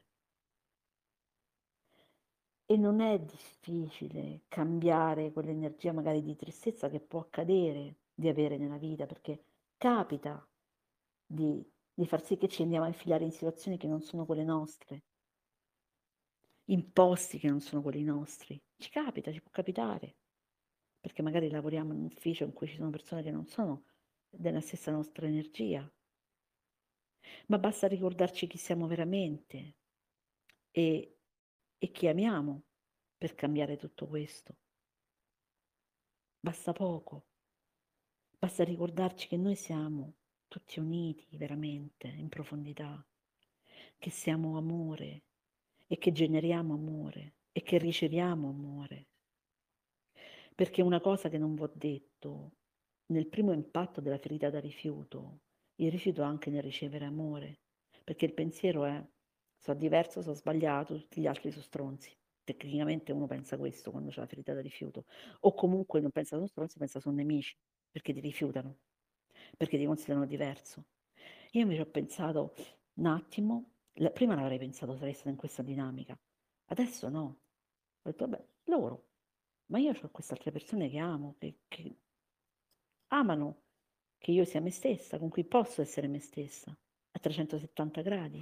E non è difficile cambiare quell'energia magari di tristezza che può accadere di avere nella vita, perché capita di, di far sì che ci andiamo a infilare in situazioni che non sono quelle nostre, in posti che non sono quelli nostri. Ci capita, ci può capitare, perché magari lavoriamo in un ufficio in cui ci sono persone che non sono della stessa nostra energia, ma basta ricordarci chi siamo veramente e, e chi amiamo per cambiare tutto questo. Basta poco, basta ricordarci che noi siamo tutti uniti veramente in profondità, che siamo amore e che generiamo amore e che riceviamo amore. Perché una cosa che non vi ho detto, nel primo impatto della ferita da rifiuto, il rifiuto anche nel ricevere amore, perché il pensiero è sono diverso, sono sbagliato, tutti gli altri sono stronzi. Tecnicamente uno pensa questo quando c'è la ferita da rifiuto, o comunque non pensa sono stronzi, pensa sono nemici, perché ti rifiutano, perché ti considerano diverso. Io invece ho pensato un attimo, la- prima l'avrei pensato sarei stata in questa dinamica, adesso no. Ho detto, vabbè, loro, ma io ho queste altre persone che amo, che, che amano che io sia me stessa, con cui posso essere me stessa a trecentosettanta gradi.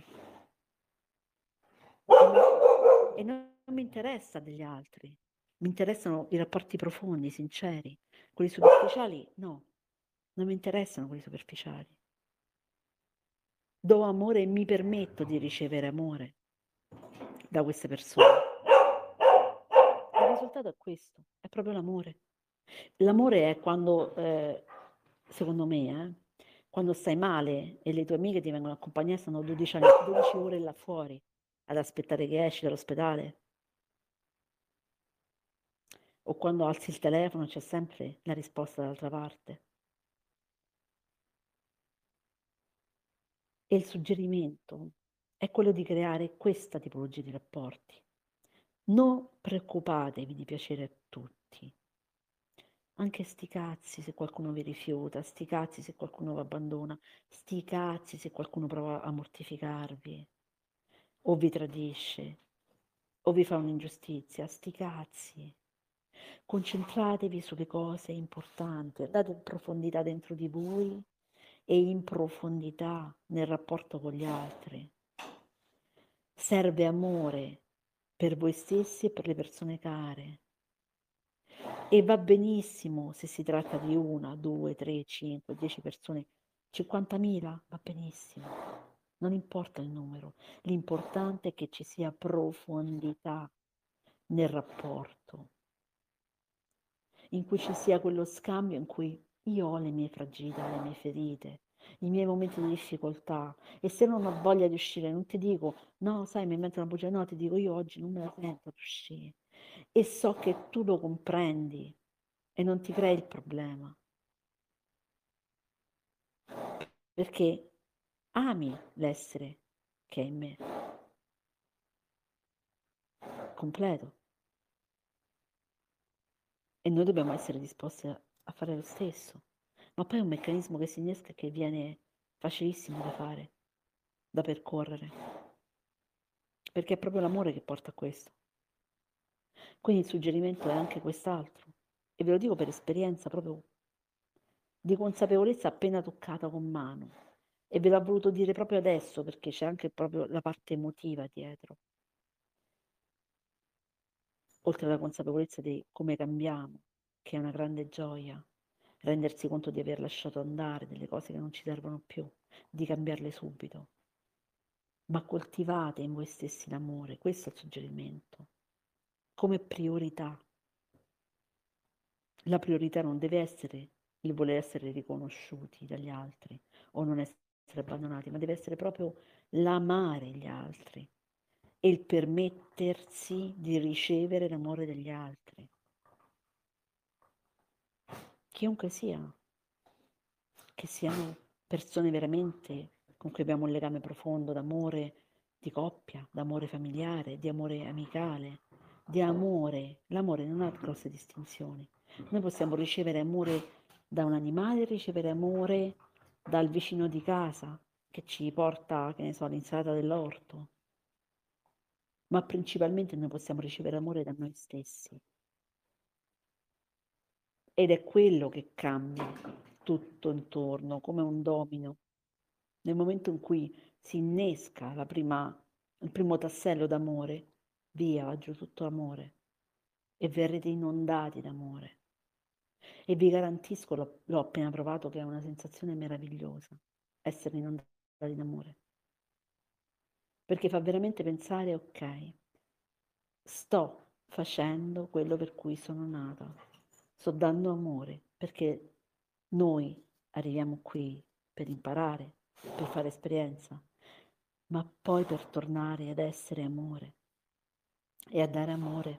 E non mi interessa degli altri, mi interessano i rapporti profondi, sinceri. Quelli superficiali no, non mi interessano quelli superficiali. Do amore e mi permetto di ricevere amore da queste persone. risultato è questo, è proprio l'amore. L'amore è quando, eh, secondo me, eh, quando stai male e le tue amiche ti vengono accompagnate, stanno dodici, anni, dodici ore là fuori ad aspettare che esci dall'ospedale. O quando alzi il telefono c'è sempre la risposta dall'altra parte. E il suggerimento è quello di creare questa tipologia di rapporti. Non preoccupatevi di piacere a tutti. Anche sti cazzi se qualcuno vi rifiuta, sti cazzi se qualcuno vi abbandona, sti cazzi se qualcuno prova a mortificarvi, o vi tradisce, o vi fa un'ingiustizia, sti cazzi. Concentratevi sulle cose importanti, andate in profondità dentro di voi e in profondità nel rapporto con gli altri. Serve amore per voi stessi e per le persone care. E va benissimo se si tratta di una, due, tre, cinque, dieci persone, cinquantamila, va benissimo. Non importa il numero, l'importante è che ci sia profondità nel rapporto, in cui ci sia quello scambio in cui io ho le mie fragilità, le mie ferite, i miei momenti di difficoltà, e se non ho voglia di uscire non ti dico no, sai, mi invento una bugia, no, ti dico io oggi non me la sento di uscire, e so che tu lo comprendi e non ti crei il problema, perché ami l'essere che è in me, completo, e noi dobbiamo essere disposti a, a fare lo stesso, ma poi è un meccanismo che si innesca e che viene facilissimo da fare, da percorrere, perché è proprio l'amore che porta a questo. Quindi il suggerimento è anche quest'altro, e ve lo dico per esperienza proprio di consapevolezza appena toccata con mano, e ve l'ho voluto dire proprio adesso perché c'è anche proprio la parte emotiva dietro, oltre alla consapevolezza di come cambiamo, che è una grande gioia, rendersi conto di aver lasciato andare delle cose che non ci servono più, di cambiarle subito. Ma coltivate in voi stessi l'amore, questo è il suggerimento, come priorità. La priorità non deve essere il voler essere riconosciuti dagli altri o non essere abbandonati, ma deve essere proprio l'amare gli altri e il permettersi di ricevere l'amore degli altri. Chiunque sia, che siano persone veramente con cui abbiamo un legame profondo d'amore di coppia, d'amore familiare, di amore amicale, di amore. L'amore non ha grosse distinzioni. Noi possiamo ricevere amore da un animale, ricevere amore dal vicino di casa che ci porta, che ne so, l'insalata dell'orto, ma principalmente noi possiamo ricevere amore da noi stessi. Ed è quello che cambia tutto intorno, come un domino. Nel momento in cui si innesca la prima, il primo tassello d'amore, via, va giù tutto amore e verrete inondati d'amore. E vi garantisco, l'ho, l'ho appena provato, che è una sensazione meravigliosa, essere inondati d'amore. Perché fa veramente pensare, ok, sto facendo quello per cui sono nata, sto dando amore, perché noi arriviamo qui per imparare, per fare esperienza, ma poi per tornare ad essere amore e a dare amore.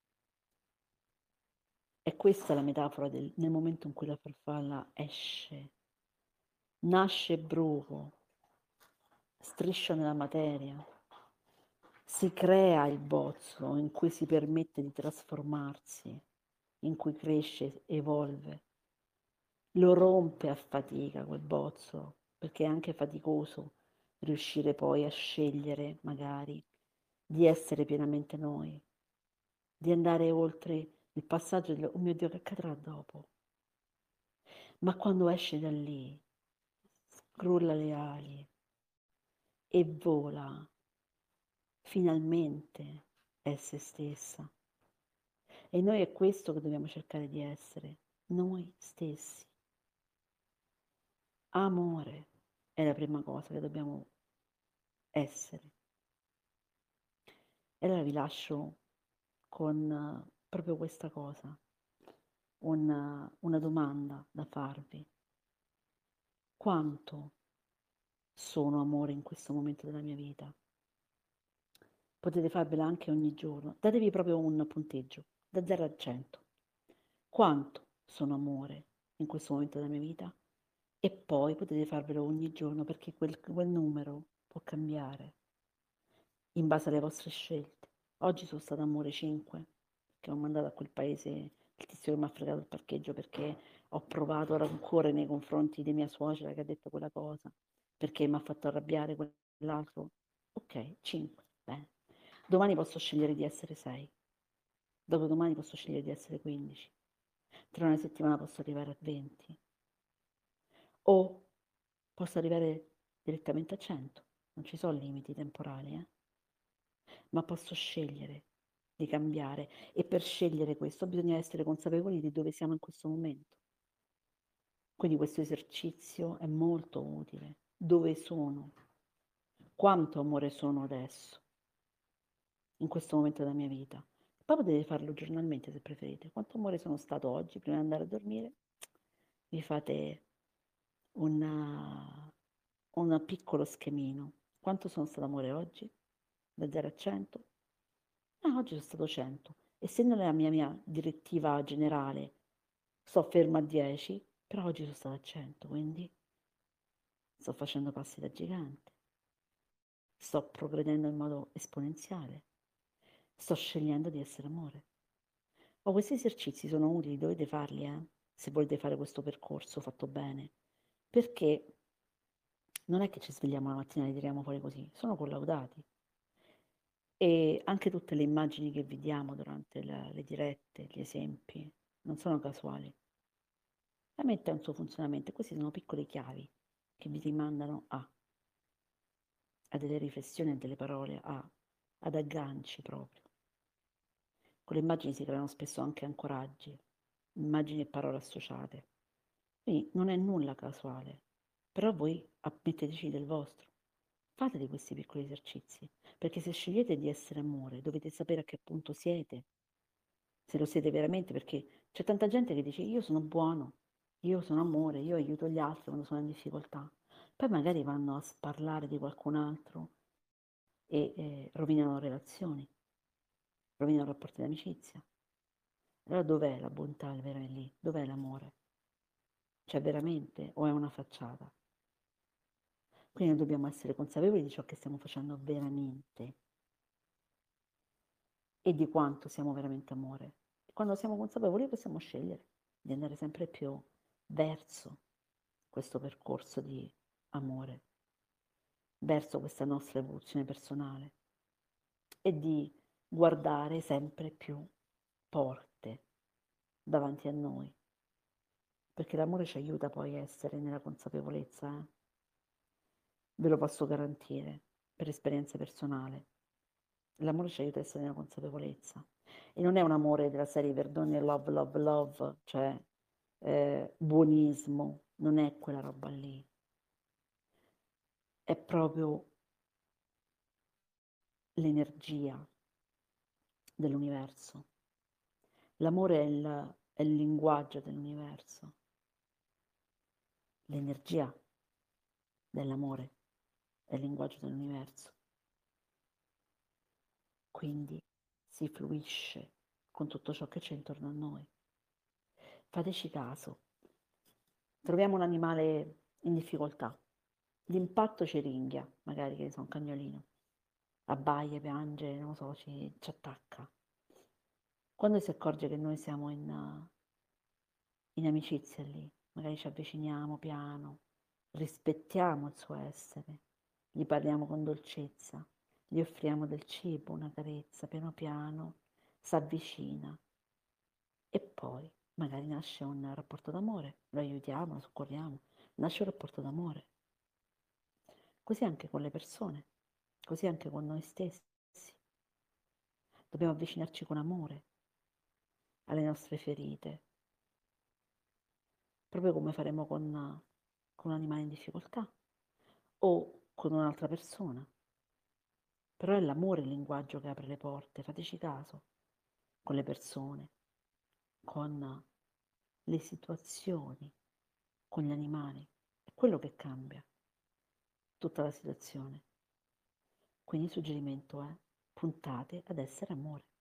E questa è la metafora del, nel momento in cui la farfalla esce, nasce bruco, striscia nella materia, si crea il bozzo in cui si permette di trasformarsi, in cui cresce, evolve. Lo rompe a fatica quel bozzo, perché è anche faticoso riuscire poi a scegliere, magari, di essere pienamente noi, di andare oltre il passaggio del oh mio Dio, che accadrà dopo. Ma quando esce da lì, scrolla le ali e vola, finalmente è se stessa. E noi è questo che dobbiamo cercare di essere, noi stessi. Amore è la prima cosa che dobbiamo essere. E allora vi lascio con proprio questa cosa, una, una domanda da farvi. Quanto sono amore in questo momento della mia vita? Potete farvela anche ogni giorno. Datevi proprio un punteggio, da zero a cento. Quanto sono amore in questo momento della mia vita? E poi potete farvelo ogni giorno perché quel, quel numero può cambiare in base alle vostre scelte. Oggi sono stata amore cinque, che ho mandato a quel paese il tizio che mi ha fregato il parcheggio perché ho provato rancore nei confronti di mia suocera che ha detto quella cosa, perché mi ha fatto arrabbiare quell'altro. Ok, cinque, bene. Domani posso scegliere di essere sei, dopodomani posso scegliere di essere quindici, tra una settimana posso arrivare a venti, o posso arrivare direttamente a cento, non ci sono limiti temporali, eh? Ma posso scegliere di cambiare e per scegliere questo bisogna essere consapevoli di dove siamo in questo momento. Quindi questo esercizio è molto utile. Dove sono? Quanto amore sono adesso, in questo momento della mia vita? Poi potete farlo giornalmente se preferite. Quanto amore sono stato oggi prima di andare a dormire? Vi fate una, un piccolo schemino. Quanto sono stato amore oggi? Da zero a cento? Ah, oggi sono stato cento. E se nella mia, mia direttiva generale sto ferma a dieci, però oggi sono stata a cento, quindi sto facendo passi da gigante. Sto progredendo in modo esponenziale. Sto scegliendo di essere amore. Oh, questi esercizi sono utili, dovete farli, eh? Se volete fare questo percorso fatto bene. Perché non è che ci svegliamo la mattina e li tiriamo fuori così, sono collaudati. E anche tutte le immagini che vediamo durante la, le dirette, gli esempi, non sono casuali. La mente ha un suo funzionamento e queste sono piccole chiavi che vi rimandano a, a delle riflessioni, a delle parole, a, ad agganci proprio. Con le immagini si creano spesso anche ancoraggi, immagini e parole associate. Quindi non è nulla casuale, però voi metteteci del vostro. Fate di questi piccoli esercizi, perché se scegliete di essere amore, dovete sapere a che punto siete, se lo siete veramente, perché c'è tanta gente che dice io sono buono, io sono amore, io aiuto gli altri quando sono in difficoltà. Poi magari vanno a parlare di qualcun altro e eh, rovinano relazioni, rovinano rapporti di amicizia. Allora dov'è la bontà vera lì? Dov'è l'amore? C'è veramente o è una facciata? Quindi dobbiamo essere consapevoli di ciò che stiamo facendo veramente e di quanto siamo veramente amore. E quando siamo consapevoli possiamo scegliere di andare sempre più verso questo percorso di amore, verso questa nostra evoluzione personale e di guardare sempre più porte davanti a noi, perché l'amore ci aiuta poi a essere nella consapevolezza, eh? Ve lo posso garantire per esperienza personale. L'amore ci aiuta a essere nella consapevolezza. E non è un amore della serie Verdone love, love, love, cioè eh, buonismo, non è quella roba lì. È proprio l'energia dell'universo. L'amore è il, è il linguaggio dell'universo. L'energia dell'amore è il linguaggio dell'universo. Quindi si fluisce con tutto ciò che c'è intorno a noi. Fateci caso. Troviamo un animale in difficoltà. D'impatto ci ringhia, magari che ne so, un cagnolino. Abbaia, piange, non lo so, ci, ci attacca. Quando si accorge che noi siamo in, uh, in amicizia lì, magari ci avviciniamo piano, rispettiamo il suo essere, gli parliamo con dolcezza, gli offriamo del cibo, una carezza, piano piano, si avvicina e poi magari nasce un rapporto d'amore, lo aiutiamo, lo soccorriamo, nasce un rapporto d'amore. Così anche con le persone, così anche con noi stessi. Dobbiamo avvicinarci con amore alle nostre ferite, proprio come faremo con, con un animale in difficoltà o con un'altra persona. Però è l'amore il linguaggio che apre le porte, fateci caso. con le persone, con le situazioni, con gli animali. È quello che cambia tutta la situazione. Quindi il suggerimento è: puntate ad essere amore.